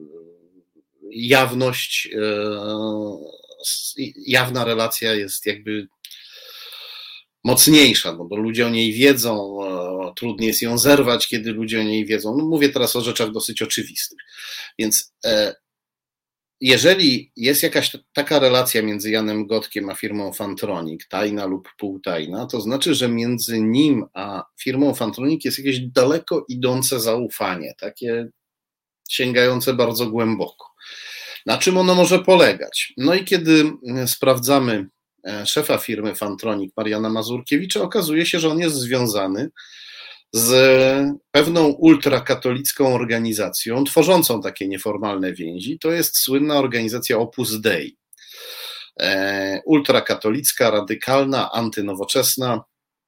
jawna relacja jest jakby mocniejsza, no bo ludzie o niej wiedzą, trudniej jest ją zerwać, kiedy ludzie o niej wiedzą. No mówię teraz o rzeczach dosyć oczywistych. Więc jeżeli jest jakaś taka relacja między Janem Godkiem a firmą Fantronik, tajna lub półtajna, to znaczy, że między nim a firmą Fantronik jest jakieś daleko idące zaufanie, takie sięgające bardzo głęboko. Na czym ono może polegać? No i kiedy sprawdzamy szefa firmy Fantronik, Mariana Mazurkiewicza, okazuje się, że on jest związany z pewną ultrakatolicką organizacją, tworzącą takie nieformalne więzi. To jest słynna organizacja Opus Dei. Ultrakatolicka, radykalna, antynowoczesna,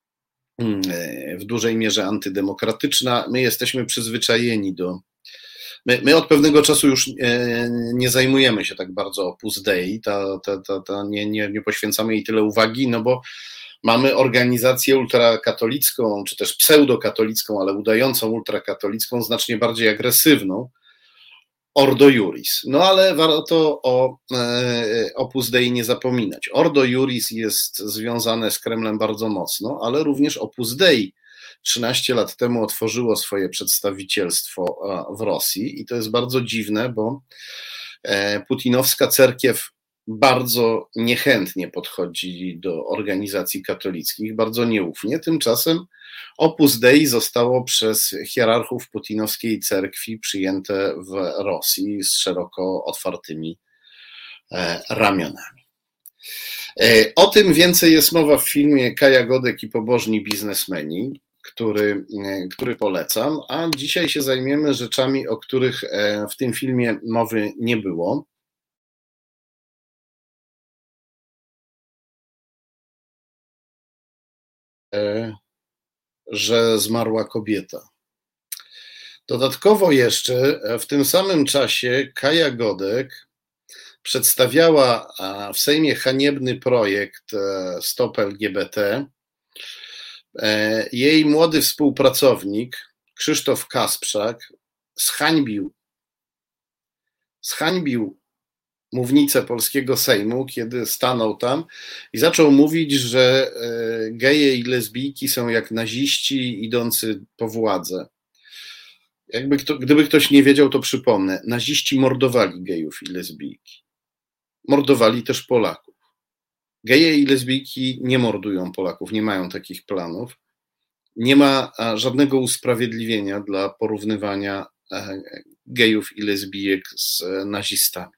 w dużej mierze antydemokratyczna. My jesteśmy przyzwyczajeni do... My od pewnego czasu już nie zajmujemy się tak bardzo Opus Dei, nie poświęcamy jej tyle uwagi, no bo mamy organizację ultrakatolicką, czy też pseudokatolicką, ale udającą ultrakatolicką, znacznie bardziej agresywną, Ordo Iuris. No ale warto o Opus Dei nie zapominać. Ordo Iuris jest związane z Kremlem bardzo mocno, ale również Opus Dei 13 lat temu otworzyło swoje przedstawicielstwo w Rosji i to jest bardzo dziwne, bo putinowska cerkiew bardzo niechętnie podchodzi do organizacji katolickich, bardzo nieufnie. Tymczasem Opus Dei zostało przez hierarchów putinowskiej cerkwi przyjęte w Rosji z szeroko otwartymi ramionami. O tym więcej jest mowa w filmie Kaja Godek i pobożni biznesmeni, który polecam, a dzisiaj się zajmiemy rzeczami, o których w tym filmie mowy nie było. Że zmarła kobieta. Dodatkowo jeszcze w tym samym czasie Kaja Godek przedstawiała w Sejmie haniebny projekt Stop LGBT. Jej młody współpracownik Krzysztof Kasprzak zhańbił mównicę polskiego Sejmu, kiedy stanął tam i zaczął mówić, że geje i lesbijki są jak naziści idący po władzę. Gdyby ktoś nie wiedział, to przypomnę. Naziści mordowali gejów i lesbijki. Mordowali też Polaków. Geje i lesbijki nie mordują Polaków, nie mają takich planów. Nie ma żadnego usprawiedliwienia dla porównywania gejów i lesbijek z nazistami.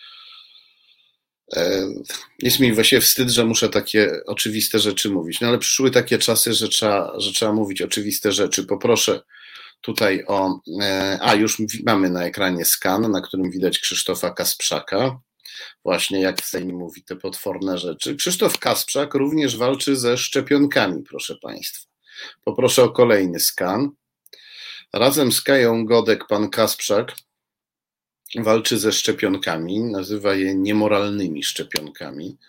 Jest mi właśnie wstyd, że muszę takie oczywiste rzeczy mówić, no ale przyszły takie czasy, że trzeba mówić oczywiste rzeczy. Poproszę tutaj o... już mamy na ekranie skan, na którym widać Krzysztofa Kasprzaka. Właśnie jak w Sejmie mówi te potworne rzeczy. Krzysztof Kasprzak również walczy ze szczepionkami, proszę Państwa. Poproszę o kolejny skan. Razem z Kają Godek pan Kasprzak walczy ze szczepionkami, nazywa je niemoralnymi szczepionkami.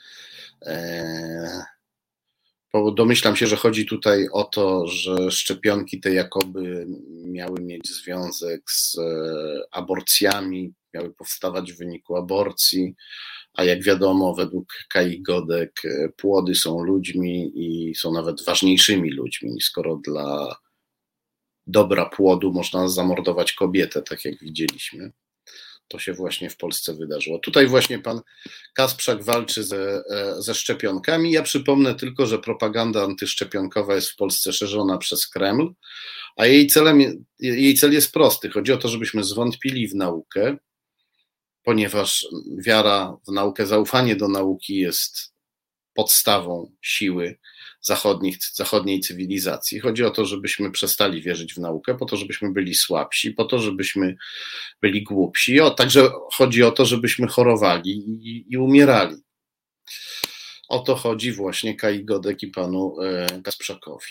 Domyślam się, że chodzi tutaj o to, że szczepionki te jakoby miały mieć związek z aborcjami, miały powstawać w wyniku aborcji, a jak wiadomo, według Kai Godek płody są ludźmi i są nawet ważniejszymi ludźmi, skoro dla dobra płodu można zamordować kobietę, tak jak widzieliśmy. To się właśnie w Polsce wydarzyło. Tutaj właśnie pan Kasprzak walczy ze szczepionkami. Ja przypomnę tylko, że propaganda antyszczepionkowa jest w Polsce szerzona przez Kreml, a jej cel jest prosty. Chodzi o to, żebyśmy zwątpili w naukę, ponieważ wiara w naukę, zaufanie do nauki jest podstawą siły zachodniej cywilizacji. Chodzi o to, żebyśmy przestali wierzyć w naukę, po to, żebyśmy byli słabsi, po to, żebyśmy byli głupsi. Także chodzi o to, żebyśmy chorowali i umierali. O to chodzi właśnie Kai Godek i panu Kasprzakowi.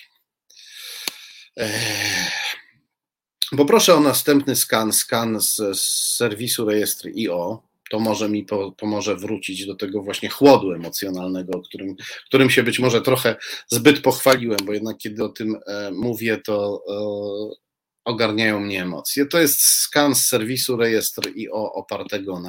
Poproszę o następny skan z serwisu rejestr.io. To może mi pomoże wrócić do tego właśnie chłodu emocjonalnego, którym się być może trochę zbyt pochwaliłem, bo jednak kiedy o tym mówię, to ogarniają mnie emocje. To jest skan z serwisu rejestr.io opartego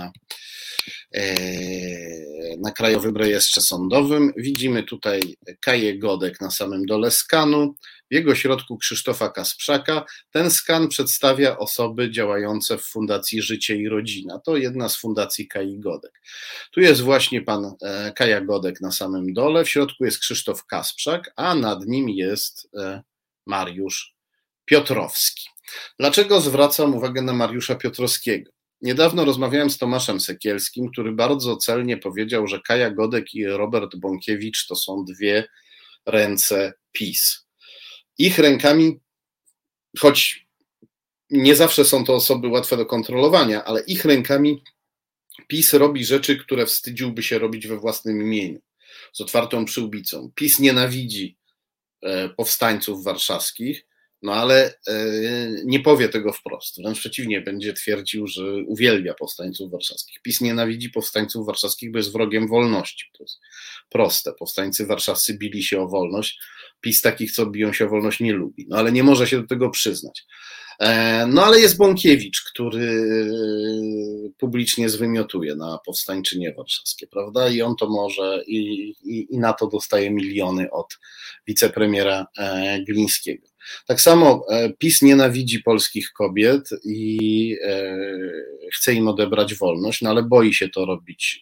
na Krajowym Rejestrze Sądowym. Widzimy tutaj Kaję Godek na samym dole skanu, w jego środku Krzysztofa Kasprzaka. Ten skan przedstawia osoby działające w Fundacji Życie i Rodzina. To jedna z fundacji Kai Godek. Tu jest właśnie pan Kaja Godek na samym dole, w środku jest Krzysztof Kasprzak, a nad nim jest Mariusz Piotrowski. Dlaczego zwracam uwagę na Mariusza Piotrowskiego? Niedawno rozmawiałem z Tomaszem Sekielskim, który bardzo celnie powiedział, że Kaja Godek i Robert Bąkiewicz to są dwie ręce PiS. Ich rękami, choć nie zawsze są to osoby łatwe do kontrolowania, ale ich rękami PiS robi rzeczy, które wstydziłby się robić we własnym imieniu, z otwartą przyłbicą. PiS nienawidzi powstańców warszawskich, no ale nie powie tego wprost. Wręcz przeciwnie, będzie twierdził, że uwielbia powstańców warszawskich. PiS nienawidzi powstańców warszawskich, bo jest wrogiem wolności. To jest proste. Powstańcy warszawscy bili się o wolność. PiS takich, co biją się o wolność, nie lubi. No ale nie może się do tego przyznać. No ale jest Bąkiewicz, który publicznie zwymiotuje na powstańczynie warszawskie, prawda? I on to może i na to dostaje miliony od wicepremiera Glińskiego. Tak samo PiS nienawidzi polskich kobiet i chce im odebrać wolność, no ale boi się to robić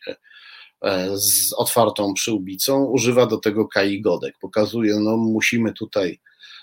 z otwartą przyłbicą, używa do tego Kai Godek. Pokazuje, no musimy tutaj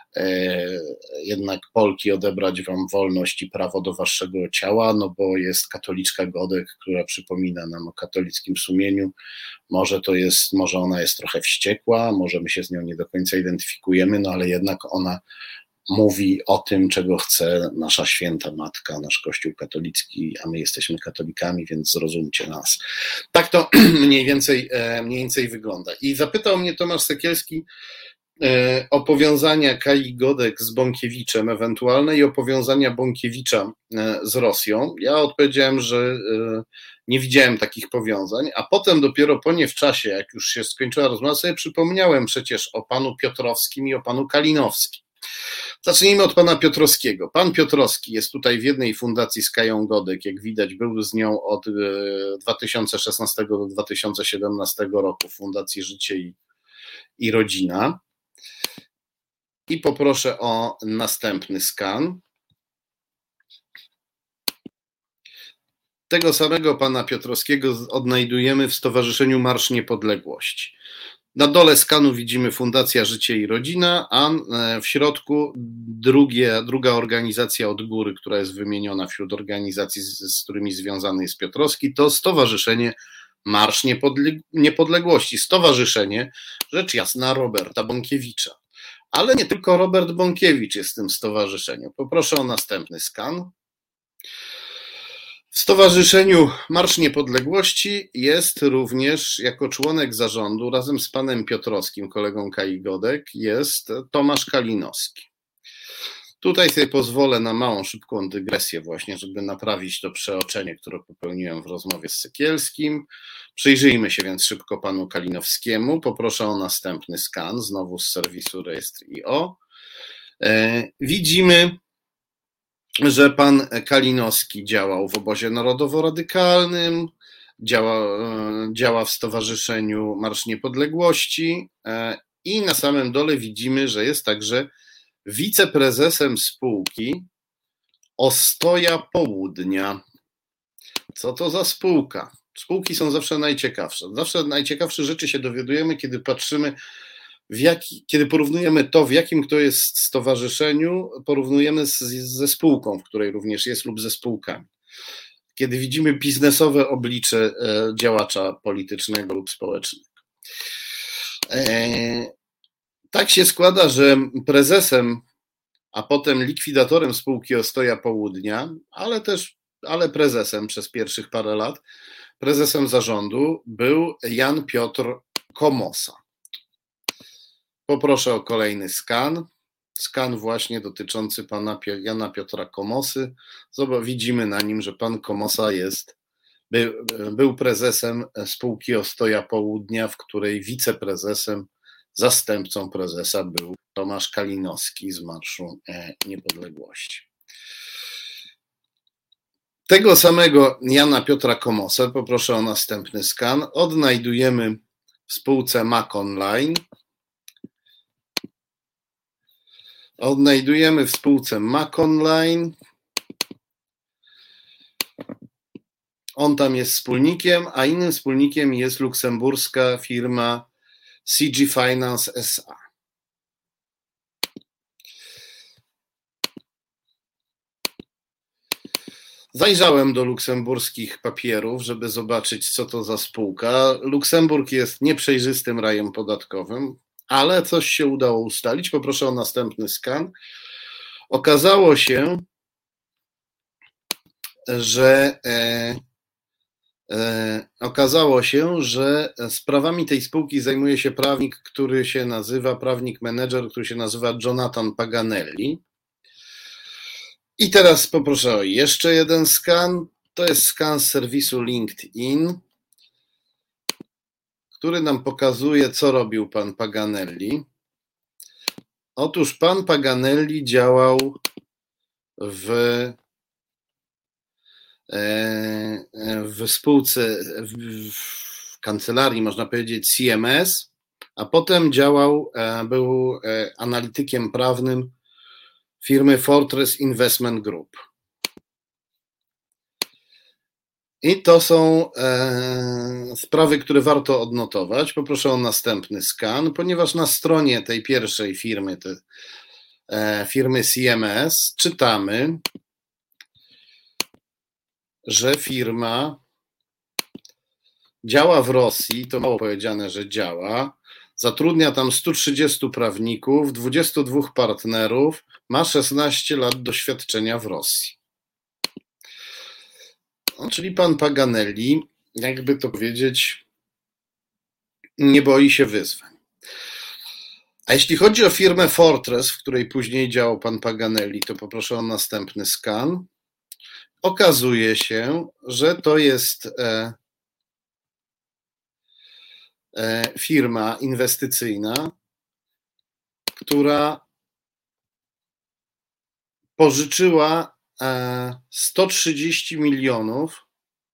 jednak Polki odebrać wam wolność i prawo do waszego ciała, no bo jest katoliczka Godek, która przypomina nam o katolickim sumieniu. Może ona jest trochę wściekła, może my się z nią nie do końca identyfikujemy, no ale jednak ona mówi o tym, czego chce nasza święta matka, nasz Kościół katolicki, a my jesteśmy katolikami, więc zrozumcie nas. Tak to mniej więcej wygląda. I zapytał mnie Tomasz Sekielski o powiązania Kai Godek z Bąkiewiczem ewentualne i o powiązania Bąkiewicza z Rosją. Ja odpowiedziałem, że nie widziałem takich powiązań, a potem dopiero w czasie, jak już się skończyła rozmowa, sobie przypomniałem przecież o panu Piotrowskim i o panu Kalinowskim. Zacznijmy od pana Piotrowskiego. Pan Piotrowski jest tutaj w jednej fundacji z Kają Godek, jak widać, był z nią od 2016 do 2017 roku w Fundacji Życie i Rodzina. I poproszę o następny skan. Tego samego pana Piotrowskiego odnajdujemy w Stowarzyszeniu Marsz Niepodległości. Na dole skanu widzimy Fundacja Życie i Rodzina, a w środku druga organizacja od góry, która jest wymieniona wśród organizacji, z którymi związany jest Piotrowski, to Stowarzyszenie Marsz Niepodległości. Stowarzyszenie, rzecz jasna, Roberta Bąkiewicza. Ale nie tylko Robert Bąkiewicz jest w tym stowarzyszeniu. Poproszę o następny skan. W Stowarzyszeniu Marsz Niepodległości jest również jako członek zarządu razem z panem Piotrowskim, kolegą Kai Godek, jest Tomasz Kalinowski. Tutaj sobie pozwolę na małą, szybką dygresję właśnie, żeby naprawić to przeoczenie, które popełniłem w rozmowie z Sekielskim. Przyjrzyjmy się więc szybko panu Kalinowskiemu. Poproszę o następny skan, znowu z serwisu rejestr.io. Widzimy, że pan Kalinowski działał w obozie narodowo-radykalnym, działa w Stowarzyszeniu Marsz Niepodległości i na samym dole widzimy, że jest także wiceprezesem spółki Ostoja Południa. Co to za spółka? Spółki są zawsze najciekawsze. Zawsze najciekawsze rzeczy się dowiadujemy, kiedy patrzymy, kiedy porównujemy to, w jakim kto jest stowarzyszeniu, porównujemy ze spółką, w której również jest, lub ze spółkami. Kiedy widzimy biznesowe oblicze działacza politycznego lub społecznego. Tak się składa, że prezesem, a potem likwidatorem spółki Ostoja Południa, ale prezesem przez pierwszych parę lat, prezesem zarządu był Jan Piotr Komosa. Poproszę o kolejny skan. Skan właśnie dotyczący pana Jana Piotra Komosy. Widzimy na nim, że pan Komosa był prezesem spółki Ostoja Południa, w której wiceprezesem, zastępcą prezesa był Tomasz Kalinowski z Marszu Niepodległości. Tego samego Jana Piotra Komosę, poproszę o następny skan, odnajdujemy w spółce Mac Online. Odnajdujemy w spółce Mac Online. On tam jest wspólnikiem, a innym wspólnikiem jest luksemburska firma CG Finance SA. Zajrzałem do luksemburskich papierów, żeby zobaczyć, co to za spółka. Luksemburg jest nieprzejrzystym rajem podatkowym, ale coś się udało ustalić. Poproszę o następny skan. Okazało się, że sprawami tej spółki zajmuje się prawnik menedżer, który się nazywa Jonathan Paganelli. I teraz poproszę o jeszcze jeden skan. To jest skan z serwisu LinkedIn, który nam pokazuje, co robił pan Paganelli. Otóż pan Paganelli działał w spółce, w kancelarii, można powiedzieć, CMS, a potem był analitykiem prawnym firmy Fortress Investment Group. I to są sprawy, które warto odnotować. Poproszę o następny skan, ponieważ na stronie tej pierwszej firmy, firmy CMS, czytamy, że firma działa w Rosji, to mało powiedziane, że działa, zatrudnia tam 130 prawników, 22 partnerów, ma 16 lat doświadczenia w Rosji. No, czyli pan Paganelli, jakby to powiedzieć, nie boi się wyzwań. A jeśli chodzi o firmę Fortress, w której później działał pan Paganelli, to poproszę o następny skan. Okazuje się, że to jest firma inwestycyjna, która pożyczyła 130 milionów,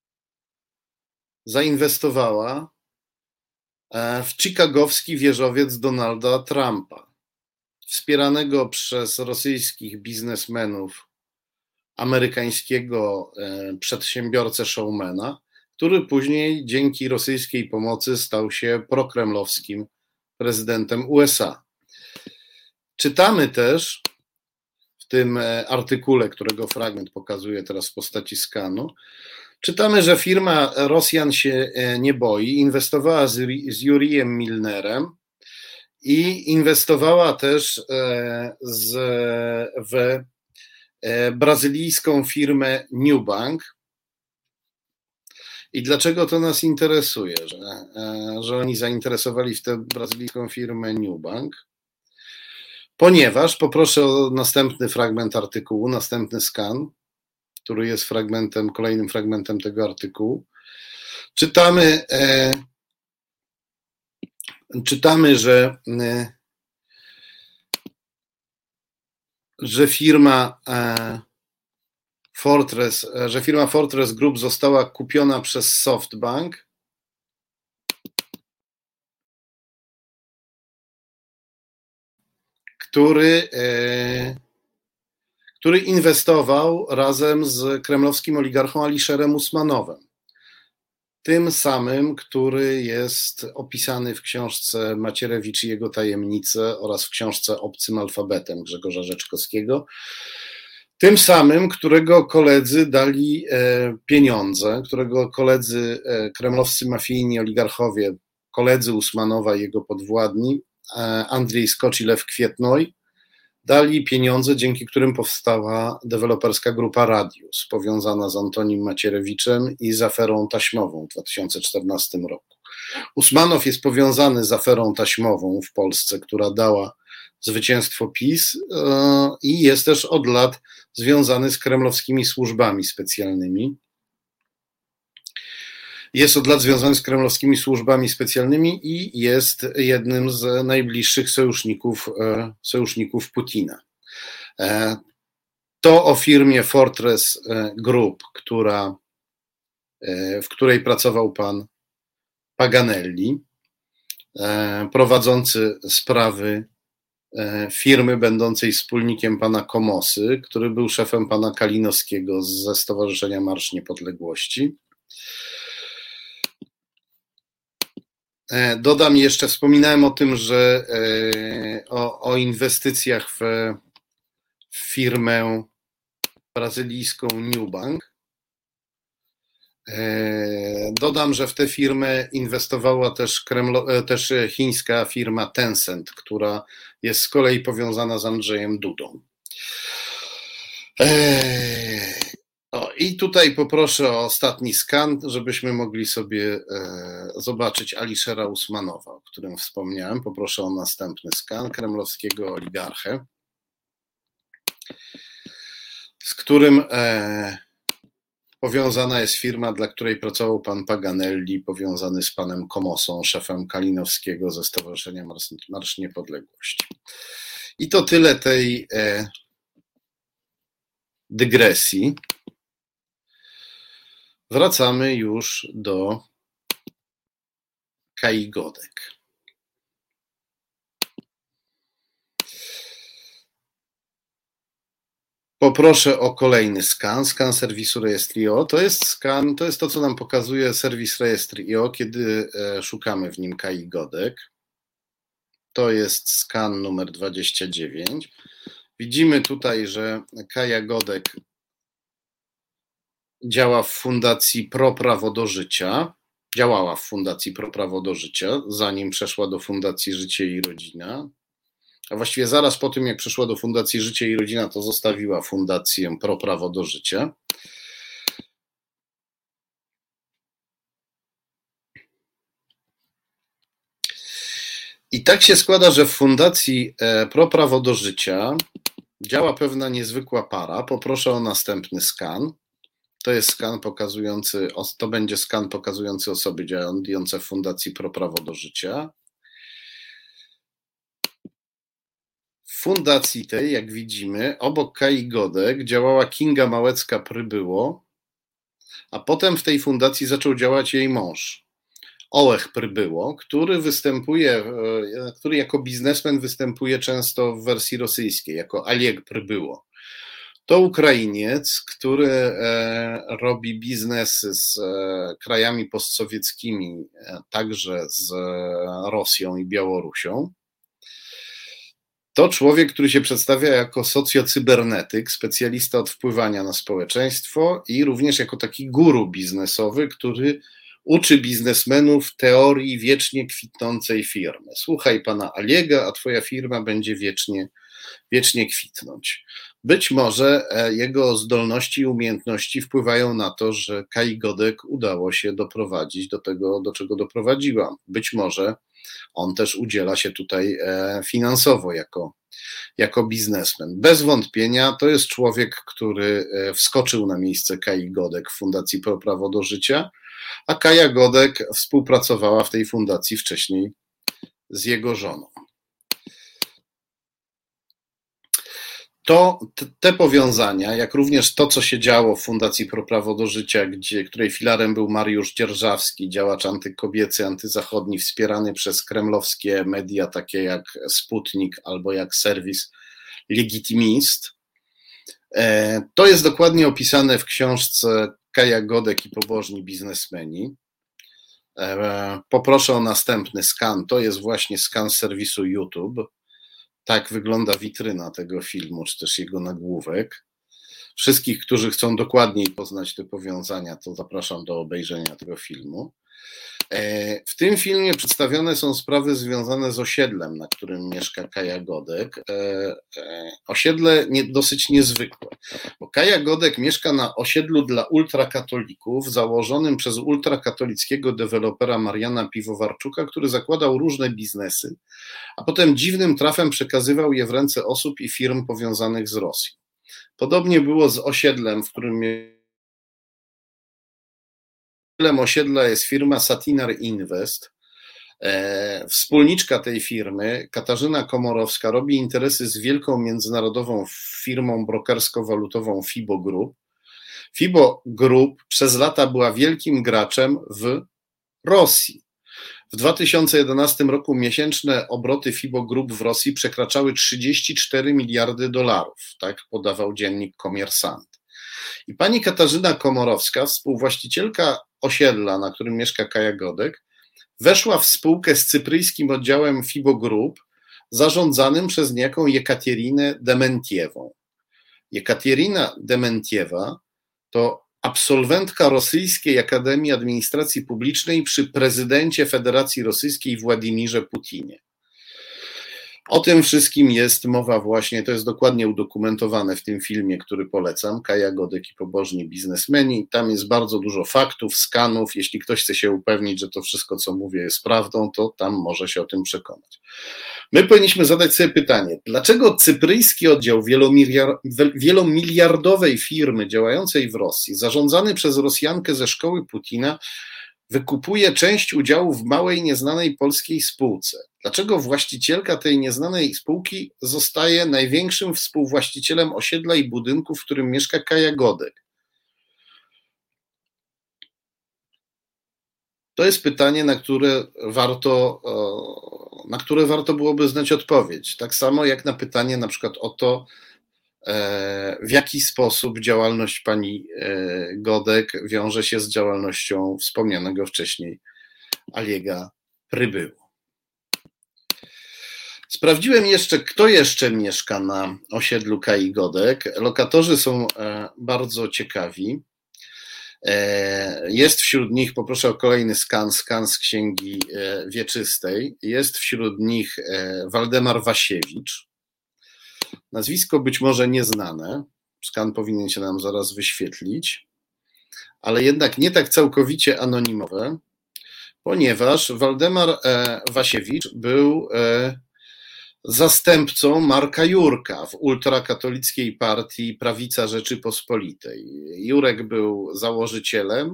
zainwestowała w chicagowski wieżowiec Donalda Trumpa, wspieranego przez rosyjskich biznesmenów amerykańskiego przedsiębiorcę showmana, który później dzięki rosyjskiej pomocy stał się prokremlowskim prezydentem USA. Czytamy też w tym artykule, którego fragment pokazuję teraz w postaci skanu, czytamy, że firma Rosjan się nie boi, inwestowała z Jurijem Milnerem i inwestowała też w brazylijską firmę Nubank. I dlaczego to nas interesuje, że oni zainteresowali w tę brazylijską firmę Nubank? Ponieważ, poproszę o następny fragment artykułu, następny skan, który jest kolejnym fragmentem tego artykułu. Czytamy, że firma że firma Fortress Group została kupiona przez SoftBank, który inwestował razem z kremlowskim oligarchą Alisherem Usmanowem. Tym samym, który jest opisany w książce Macierewicz i jego tajemnice oraz w książce Obcym alfabetem Grzegorza Rzeczkowskiego. Tym samym, którego koledzy dali pieniądze, którego koledzy kremlowscy mafijni oligarchowie, koledzy Usmanowa i jego podwładni, Andrzej Skocz i Lew Kwietnoj, dali pieniądze, dzięki którym powstała deweloperska grupa Radius, powiązana z Antonim Macierewiczem i z aferą taśmową w 2014 roku. Usmanow jest powiązany z aferą taśmową w Polsce, która dała zwycięstwo PiS, i jest też od lat związany z kremlowskimi służbami specjalnymi. I jest jednym z najbliższych sojuszników Putina. To o firmie Fortress Group, w której pracował pan Paganelli, prowadzący sprawy firmy będącej wspólnikiem pana Komosy, który był szefem pana Kalinowskiego ze Stowarzyszenia Marsz Niepodległości. Dodam jeszcze, wspominałem o tym, że o inwestycjach w firmę brazylijską Nubank. Dodam, że w tę firmę inwestowała też chińska firma Tencent, która jest z kolei powiązana z Andrzejem Dudą. I tutaj poproszę o ostatni skan, żebyśmy mogli sobie zobaczyć Alishera Usmanowa, o którym wspomniałem. Poproszę o następny skan kremlowskiego oligarchę, z którym powiązana jest firma, dla której pracował pan Paganelli, powiązany z panem Komosą, szefem Kalinowskiego ze Stowarzyszenia Marsz Niepodległości. I to tyle tej dygresji. Wracamy już do Kai Godek. Poproszę o kolejny skan serwisu Rejestr.io. To jest to, co nam pokazuje serwis Rejestr.io, kiedy szukamy w nim Kai Godek. To jest skan numer 29. Widzimy tutaj, że Kaja Godek działała w Fundacji Pro Prawo do Życia, zanim przeszła do Fundacji Życie i Rodzina. A właściwie zaraz po tym, jak przeszła do Fundacji Życie i Rodzina, to zostawiła Fundację Pro Prawo do Życia. I tak się składa, że w Fundacji Pro Prawo do Życia działa pewna niezwykła para. Poproszę o następny skan. To będzie skan pokazujący osoby działające w Fundacji Pro Prawo do Życia. W fundacji tej, jak widzimy, obok Kai Godek działała Kinga Małecka-Prybyło, a potem w tej fundacji zaczął działać jej mąż, Ołech Prybyło, który jako biznesmen występuje często w wersji rosyjskiej, jako Oleg Prybyło. To Ukrainiec, który robi biznesy z krajami postsowieckimi, także z Rosją i Białorusią. To człowiek, który się przedstawia jako socjocybernetyk, specjalista od wpływania na społeczeństwo i również jako taki guru biznesowy, który uczy biznesmenów teorii wiecznie kwitnącej firmy. Słuchaj pana Aliega, a twoja firma będzie wiecznie kwitnąć. Być może jego zdolności i umiejętności wpływają na to, że Kai Godek udało się doprowadzić do tego, do czego doprowadziła. Być może on też udziela się tutaj finansowo jako biznesmen. Bez wątpienia to jest człowiek, który wskoczył na miejsce Kai Godek w Fundacji Pro Prawo do Życia, a Kaja Godek współpracowała w tej fundacji wcześniej z jego żoną. Te powiązania, jak również to, co się działo w Fundacji Pro Prawo do Życia, której filarem był Mariusz Dzierżawski, działacz antykobiecy, antyzachodni, wspierany przez kremlowskie media, takie jak Sputnik albo jak serwis Legitimist. To jest dokładnie opisane w książce Kaja Godek i pobożni biznesmeni. Poproszę o następny skan. To jest właśnie skan z serwisu YouTube. Tak wygląda witryna tego filmu, czy też jego nagłówek. Wszystkich, którzy chcą dokładniej poznać te powiązania, to zapraszam do obejrzenia tego filmu. W tym filmie przedstawione są sprawy związane z osiedlem, na którym mieszka Kaja Godek. Osiedle dosyć niezwykłe, bo Kaja Godek mieszka na osiedlu dla ultrakatolików założonym przez ultrakatolickiego dewelopera Mariana Piwowarczuka, który zakładał różne biznesy, a potem dziwnym trafem przekazywał je w ręce osób i firm powiązanych z Rosją. Podobnie było z osiedlem, w którym osiedla jest firma Satinar Invest. Wspólniczka tej firmy, Katarzyna Komorowska, robi interesy z wielką międzynarodową firmą brokersko-walutową FIBO Group. FIBO Group przez lata była wielkim graczem w Rosji. W 2011 roku miesięczne obroty FIBO Group w Rosji przekraczały 34 miliardy dolarów, tak podawał dziennik Komiersant. I pani Katarzyna Komorowska, współwłaścicielka osiedla, na którym mieszka Kaja Godek, weszła w spółkę z cypryjskim oddziałem FIBO Group, zarządzanym przez niejaką Jekaterinę Dementiewą. Jekaterina Dementiewa to absolwentka Rosyjskiej Akademii Administracji Publicznej przy prezydencie Federacji Rosyjskiej Władimirze Putinie. O tym wszystkim jest mowa właśnie, to jest dokładnie udokumentowane w tym filmie, który polecam, Kaja Godek i pobożni biznesmeni. Tam jest bardzo dużo faktów, skanów. Jeśli ktoś chce się upewnić, że to wszystko, co mówię, jest prawdą, to tam może się o tym przekonać. My powinniśmy zadać sobie pytanie, dlaczego cypryjski oddział wielomiliardowej firmy działającej w Rosji, zarządzany przez Rosjankę ze szkoły Putina, wykupuje część udziałów w małej, nieznanej polskiej spółce? Dlaczego właścicielka tej nieznanej spółki zostaje największym współwłaścicielem osiedla i budynku, w którym mieszka Kaja Godek? To jest pytanie, na które warto byłoby znać odpowiedź. Tak samo jak na pytanie na przykład o to, w jaki sposób działalność pani Godek wiąże się z działalnością wspomnianego wcześniej Aliega Prybyło. Sprawdziłem jeszcze, kto jeszcze mieszka na osiedlu Kai Godek. Lokatorzy są bardzo ciekawi. Jest wśród nich, poproszę o kolejny skan z Księgi Wieczystej, jest wśród nich Waldemar Wasiewicz. Nazwisko być może nieznane, skan powinien się nam zaraz wyświetlić, ale jednak nie tak całkowicie anonimowe, ponieważ Waldemar Wasiewicz był zastępcą Marka Jurka w ultrakatolickiej partii Prawica Rzeczypospolitej. Jurek był założycielem,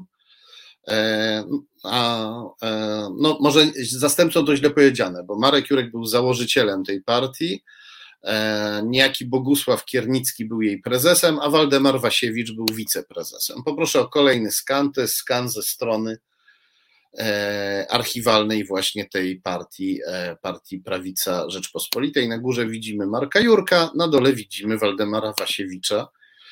no może zastępcą to źle powiedziane, bo Marek Jurek był założycielem tej partii, niejaki Bogusław Kiernicki był jej prezesem, a Waldemar Wasiewicz był wiceprezesem. Poproszę o kolejny skan, to jest skan ze strony archiwalnej właśnie tej partii Prawica Rzeczpospolitej. Na górze widzimy Marka Jurka, na dole widzimy Waldemara Wasiewicza,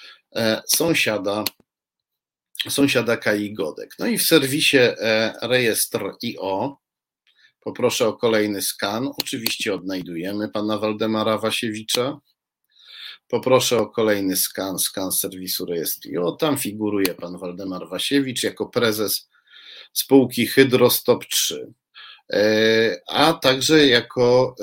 sąsiada Kai Godek. No i w serwisie rejestr.io poproszę o kolejny skan. Oczywiście odnajdujemy pana Waldemara Wasiewicza. Poproszę o kolejny skan z serwisu rejestr.io. Tam figuruje pan Waldemar Wasiewicz jako prezes spółki Hydrostop 3, a także jako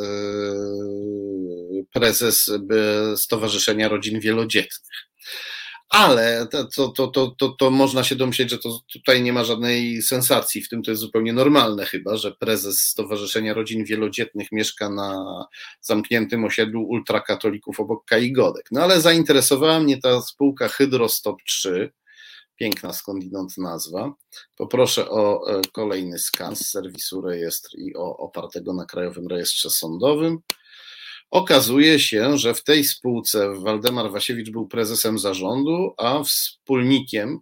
prezes Stowarzyszenia Rodzin Wielodzietnych. Ale to można się domyśleć, że to tutaj nie ma żadnej sensacji w tym, to jest zupełnie normalne chyba, że prezes Stowarzyszenia Rodzin Wielodzietnych mieszka na zamkniętym osiedlu ultrakatolików obok Kai Godek. No ale zainteresowała mnie ta spółka Hydrostop 3, piękna skądinąd nazwa. Poproszę o kolejny skan z serwisu rejestr.io opartego na Krajowym Rejestrze Sądowym. Okazuje się, że w tej spółce Waldemar Wasiewicz był prezesem zarządu, a wspólnikiem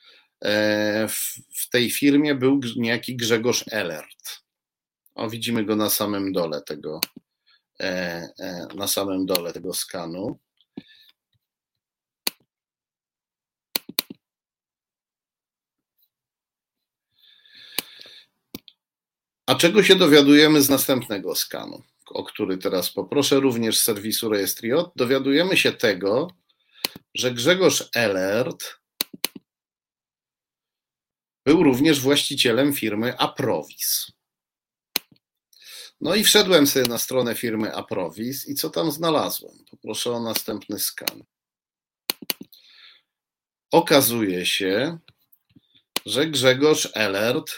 w tej firmie był niejaki Grzegorz Elert. Widzimy go na samym dole tego skanu. A czego się dowiadujemy z następnego skanu, o który teraz poproszę, również z serwisu Rejestrio? Dowiadujemy się tego, że Grzegorz Elert był również właścicielem firmy Aprovis. No i wszedłem sobie na stronę firmy Aprovis i co tam znalazłem? Poproszę o następny skan. Okazuje się, że Grzegorz Elert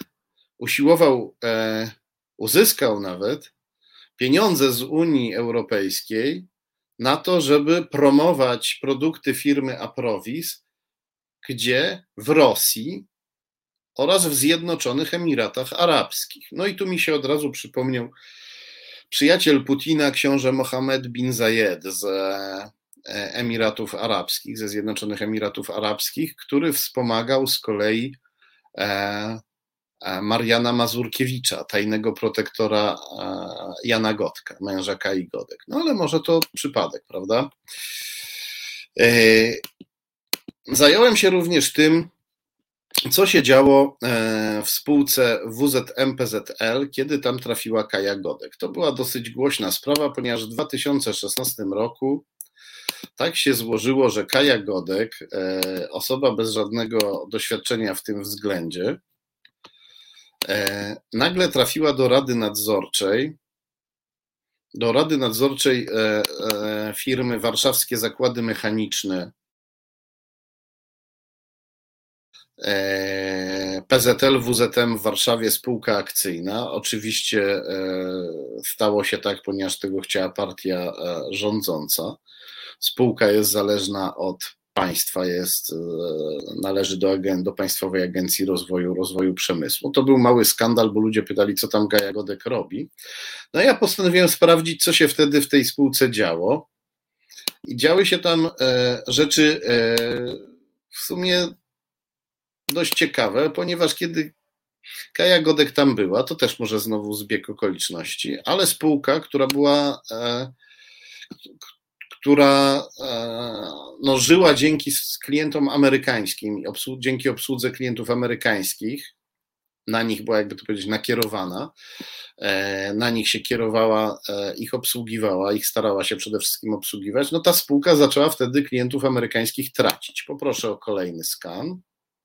uzyskał nawet pieniądze z Unii Europejskiej na to, żeby promować produkty firmy Aprovis, gdzie w Rosji oraz w Zjednoczonych Emiratach Arabskich. No i tu mi się od razu przypomniał przyjaciel Putina, książę Mohammed bin Zayed z Emiratów Arabskich, ze Zjednoczonych Emiratów Arabskich, który wspomagał z kolei Mariana Mazurkiewicza, tajnego protektora Jana Godka, męża Kai Godek. No ale może to przypadek, prawda? Zająłem się również tym, co się działo w spółce WZM-PZL, kiedy tam trafiła Kaja Godek. To była dosyć głośna sprawa, ponieważ w 2016 roku tak się złożyło, że Kaja Godek, osoba bez żadnego doświadczenia w tym względzie, nagle trafiła do Rady Nadzorczej firmy Warszawskie Zakłady Mechaniczne PZL WZM w Warszawie, spółka akcyjna. Oczywiście stało się tak, ponieważ tego chciała partia rządząca. Spółka jest zależna od państwa, należy do Państwowej Agencji Rozwoju Przemysłu. To był mały skandal, bo ludzie pytali, co tam Kaja Godek robi. No ja postanowiłem sprawdzić, co się wtedy w tej spółce działo. I działy się tam rzeczy w sumie dość ciekawe, ponieważ kiedy Kaja Godek tam była, to też może znowu zbieg okoliczności, ale spółka, która żyła dzięki klientom amerykańskim, dzięki obsłudze klientów amerykańskich, na nich była, jakby to powiedzieć, nakierowana, na nich się kierowała, ich obsługiwała, ich starała się przede wszystkim obsługiwać, no ta spółka zaczęła wtedy klientów amerykańskich tracić. Poproszę o kolejny skan.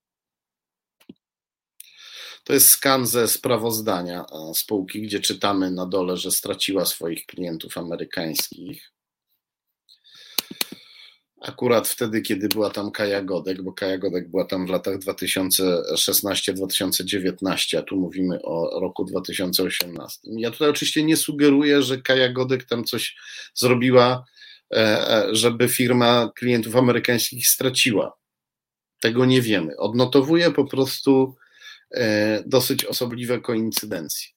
To jest skan ze sprawozdania spółki, gdzie czytamy na dole, że straciła swoich klientów amerykańskich. Akurat wtedy, kiedy była tam Kaja Godek, bo Kaja Godek była tam w latach 2016-2019, a tu mówimy o roku 2018. Ja tutaj oczywiście nie sugeruję, że Kaja Godek tam coś zrobiła, żeby firma klientów amerykańskich straciła. Tego nie wiemy. Odnotowuję po prostu dosyć osobliwe koincydencje.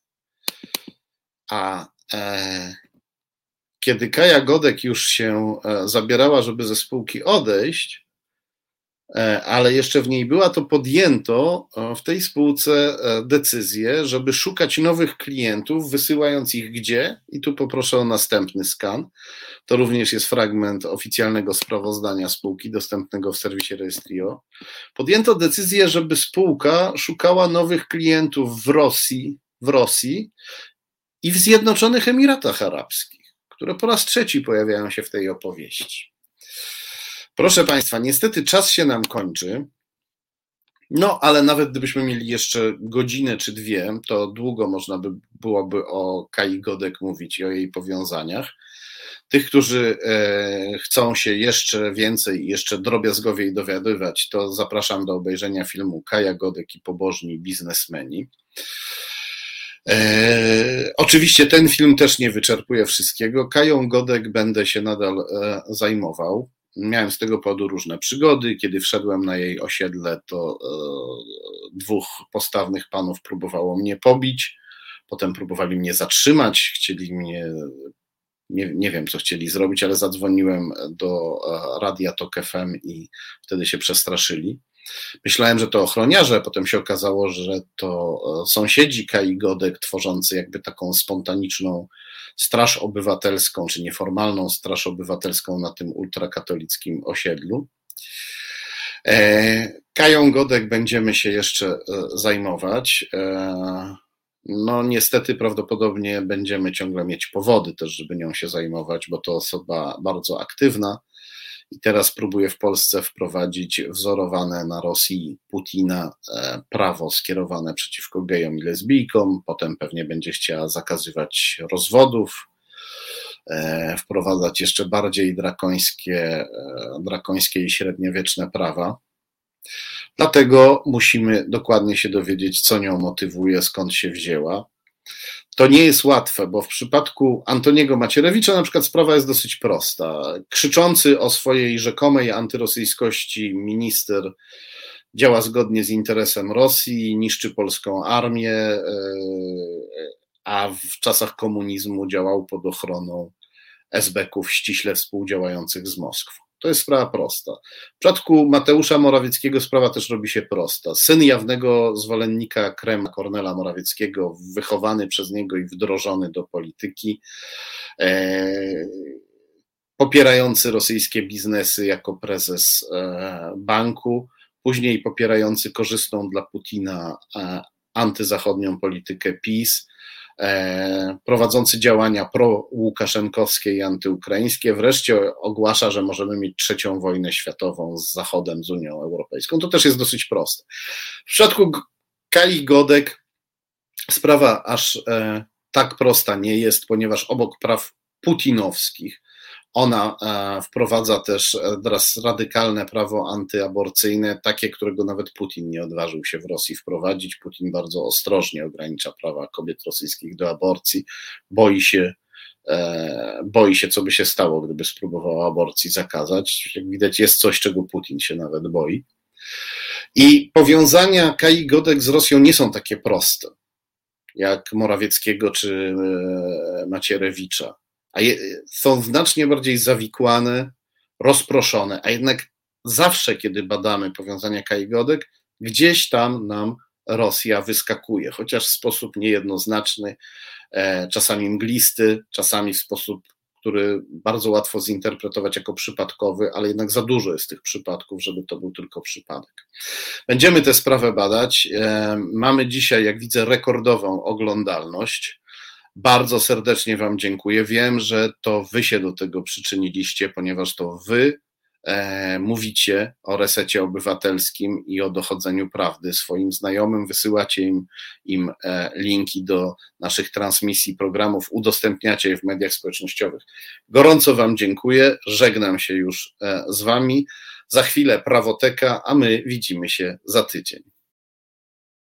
Kiedy Kaja Godek już się zabierała, żeby ze spółki odejść, ale jeszcze w niej była, to podjęto w tej spółce decyzję, żeby szukać nowych klientów, wysyłając ich gdzie? I tu poproszę o następny skan. To również jest fragment oficjalnego sprawozdania spółki dostępnego w serwisie Rejestrio. Podjęto decyzję, żeby spółka szukała nowych klientów w Rosji i w Zjednoczonych Emiratach Arabskich, które po raz trzeci pojawiają się w tej opowieści. Proszę Państwa, niestety czas się nam kończy, no ale nawet gdybyśmy mieli jeszcze godzinę czy dwie, to długo można by byłoby o Kai Godek mówić i o jej powiązaniach. Tych, którzy chcą się jeszcze więcej i jeszcze drobiazgowiej dowiadywać, to zapraszam do obejrzenia filmu Kaja Godek i pobożni biznesmeni. Oczywiście ten film też nie wyczerpuje wszystkiego. Kają Godek będę się nadal zajmował. Miałem z tego powodu różne przygody. Kiedy wszedłem na jej osiedle, to dwóch postawnych panów próbowało mnie pobić. Potem próbowali mnie zatrzymać, chcieli mnie nie wiem, co chcieli zrobić, ale zadzwoniłem do Radia Tok FM i wtedy się przestraszyli. Myślałem, że to ochroniarze, potem się okazało, że to sąsiedzi Kai Godek, tworzący jakby taką spontaniczną straż obywatelską, czy nieformalną straż obywatelską na tym ultrakatolickim osiedlu. Kają Godek będziemy się jeszcze zajmować. No niestety prawdopodobnie będziemy ciągle mieć powody też, żeby nią się zajmować, bo to osoba bardzo aktywna i teraz próbuje w Polsce wprowadzić wzorowane na Rosji Putina prawo skierowane przeciwko gejom i lesbijkom, potem pewnie będzie chciała zakazywać rozwodów, wprowadzać jeszcze bardziej drakońskie i średniowieczne prawa. Dlatego musimy dokładnie się dowiedzieć, co nią motywuje, skąd się wzięła. To nie jest łatwe, bo w przypadku Antoniego Macierewicza na przykład sprawa jest dosyć prosta. Krzyczący o swojej rzekomej antyrosyjskości minister działa zgodnie z interesem Rosji, niszczy polską armię, a w czasach komunizmu działał pod ochroną esbeków ściśle współdziałających z Moskwą. To jest sprawa prosta. W przypadku Mateusza Morawieckiego sprawa też robi się prosta. Syn jawnego zwolennika Kremla, Kornela Morawieckiego, wychowany przez niego i wdrożony do polityki, popierający rosyjskie biznesy jako prezes banku, później popierający korzystną dla Putina antyzachodnią politykę PiS, prowadzący działania pro-łukaszenkowskie i antyukraińskie, wreszcie ogłasza, że możemy mieć trzecią wojnę światową z Zachodem, z Unią Europejską. To też jest dosyć proste. W przypadku Kai Godek sprawa aż tak prosta nie jest, ponieważ obok praw putinowskich ona wprowadza też teraz radykalne prawo antyaborcyjne, takie, którego nawet Putin nie odważył się w Rosji wprowadzić. Putin bardzo ostrożnie ogranicza prawa kobiet rosyjskich do aborcji. Boi się, co by się stało, gdyby spróbował aborcji zakazać. Jak widać, jest coś, czego Putin się nawet boi. I powiązania Kai Godek z Rosją nie są takie proste, jak Morawieckiego czy Macierewicza. Są znacznie bardziej zawikłane, rozproszone, a jednak zawsze, kiedy badamy powiązania Kai Godek, gdzieś tam nam Rosja wyskakuje, chociaż w sposób niejednoznaczny, czasami mglisty, czasami w sposób, który bardzo łatwo zinterpretować jako przypadkowy, ale jednak za dużo jest tych przypadków, żeby to był tylko przypadek. Będziemy tę sprawę badać. Mamy dzisiaj, jak widzę, rekordową oglądalność. Bardzo serdecznie Wam dziękuję. Wiem, że to Wy się do tego przyczyniliście, ponieważ to Wy mówicie o Resecie Obywatelskim i o dochodzeniu prawdy swoim znajomym, wysyłacie im linki do naszych transmisji, programów, udostępniacie je w mediach społecznościowych. Gorąco Wam dziękuję, żegnam się już z Wami. Za chwilę Prawoteka, a my widzimy się za tydzień.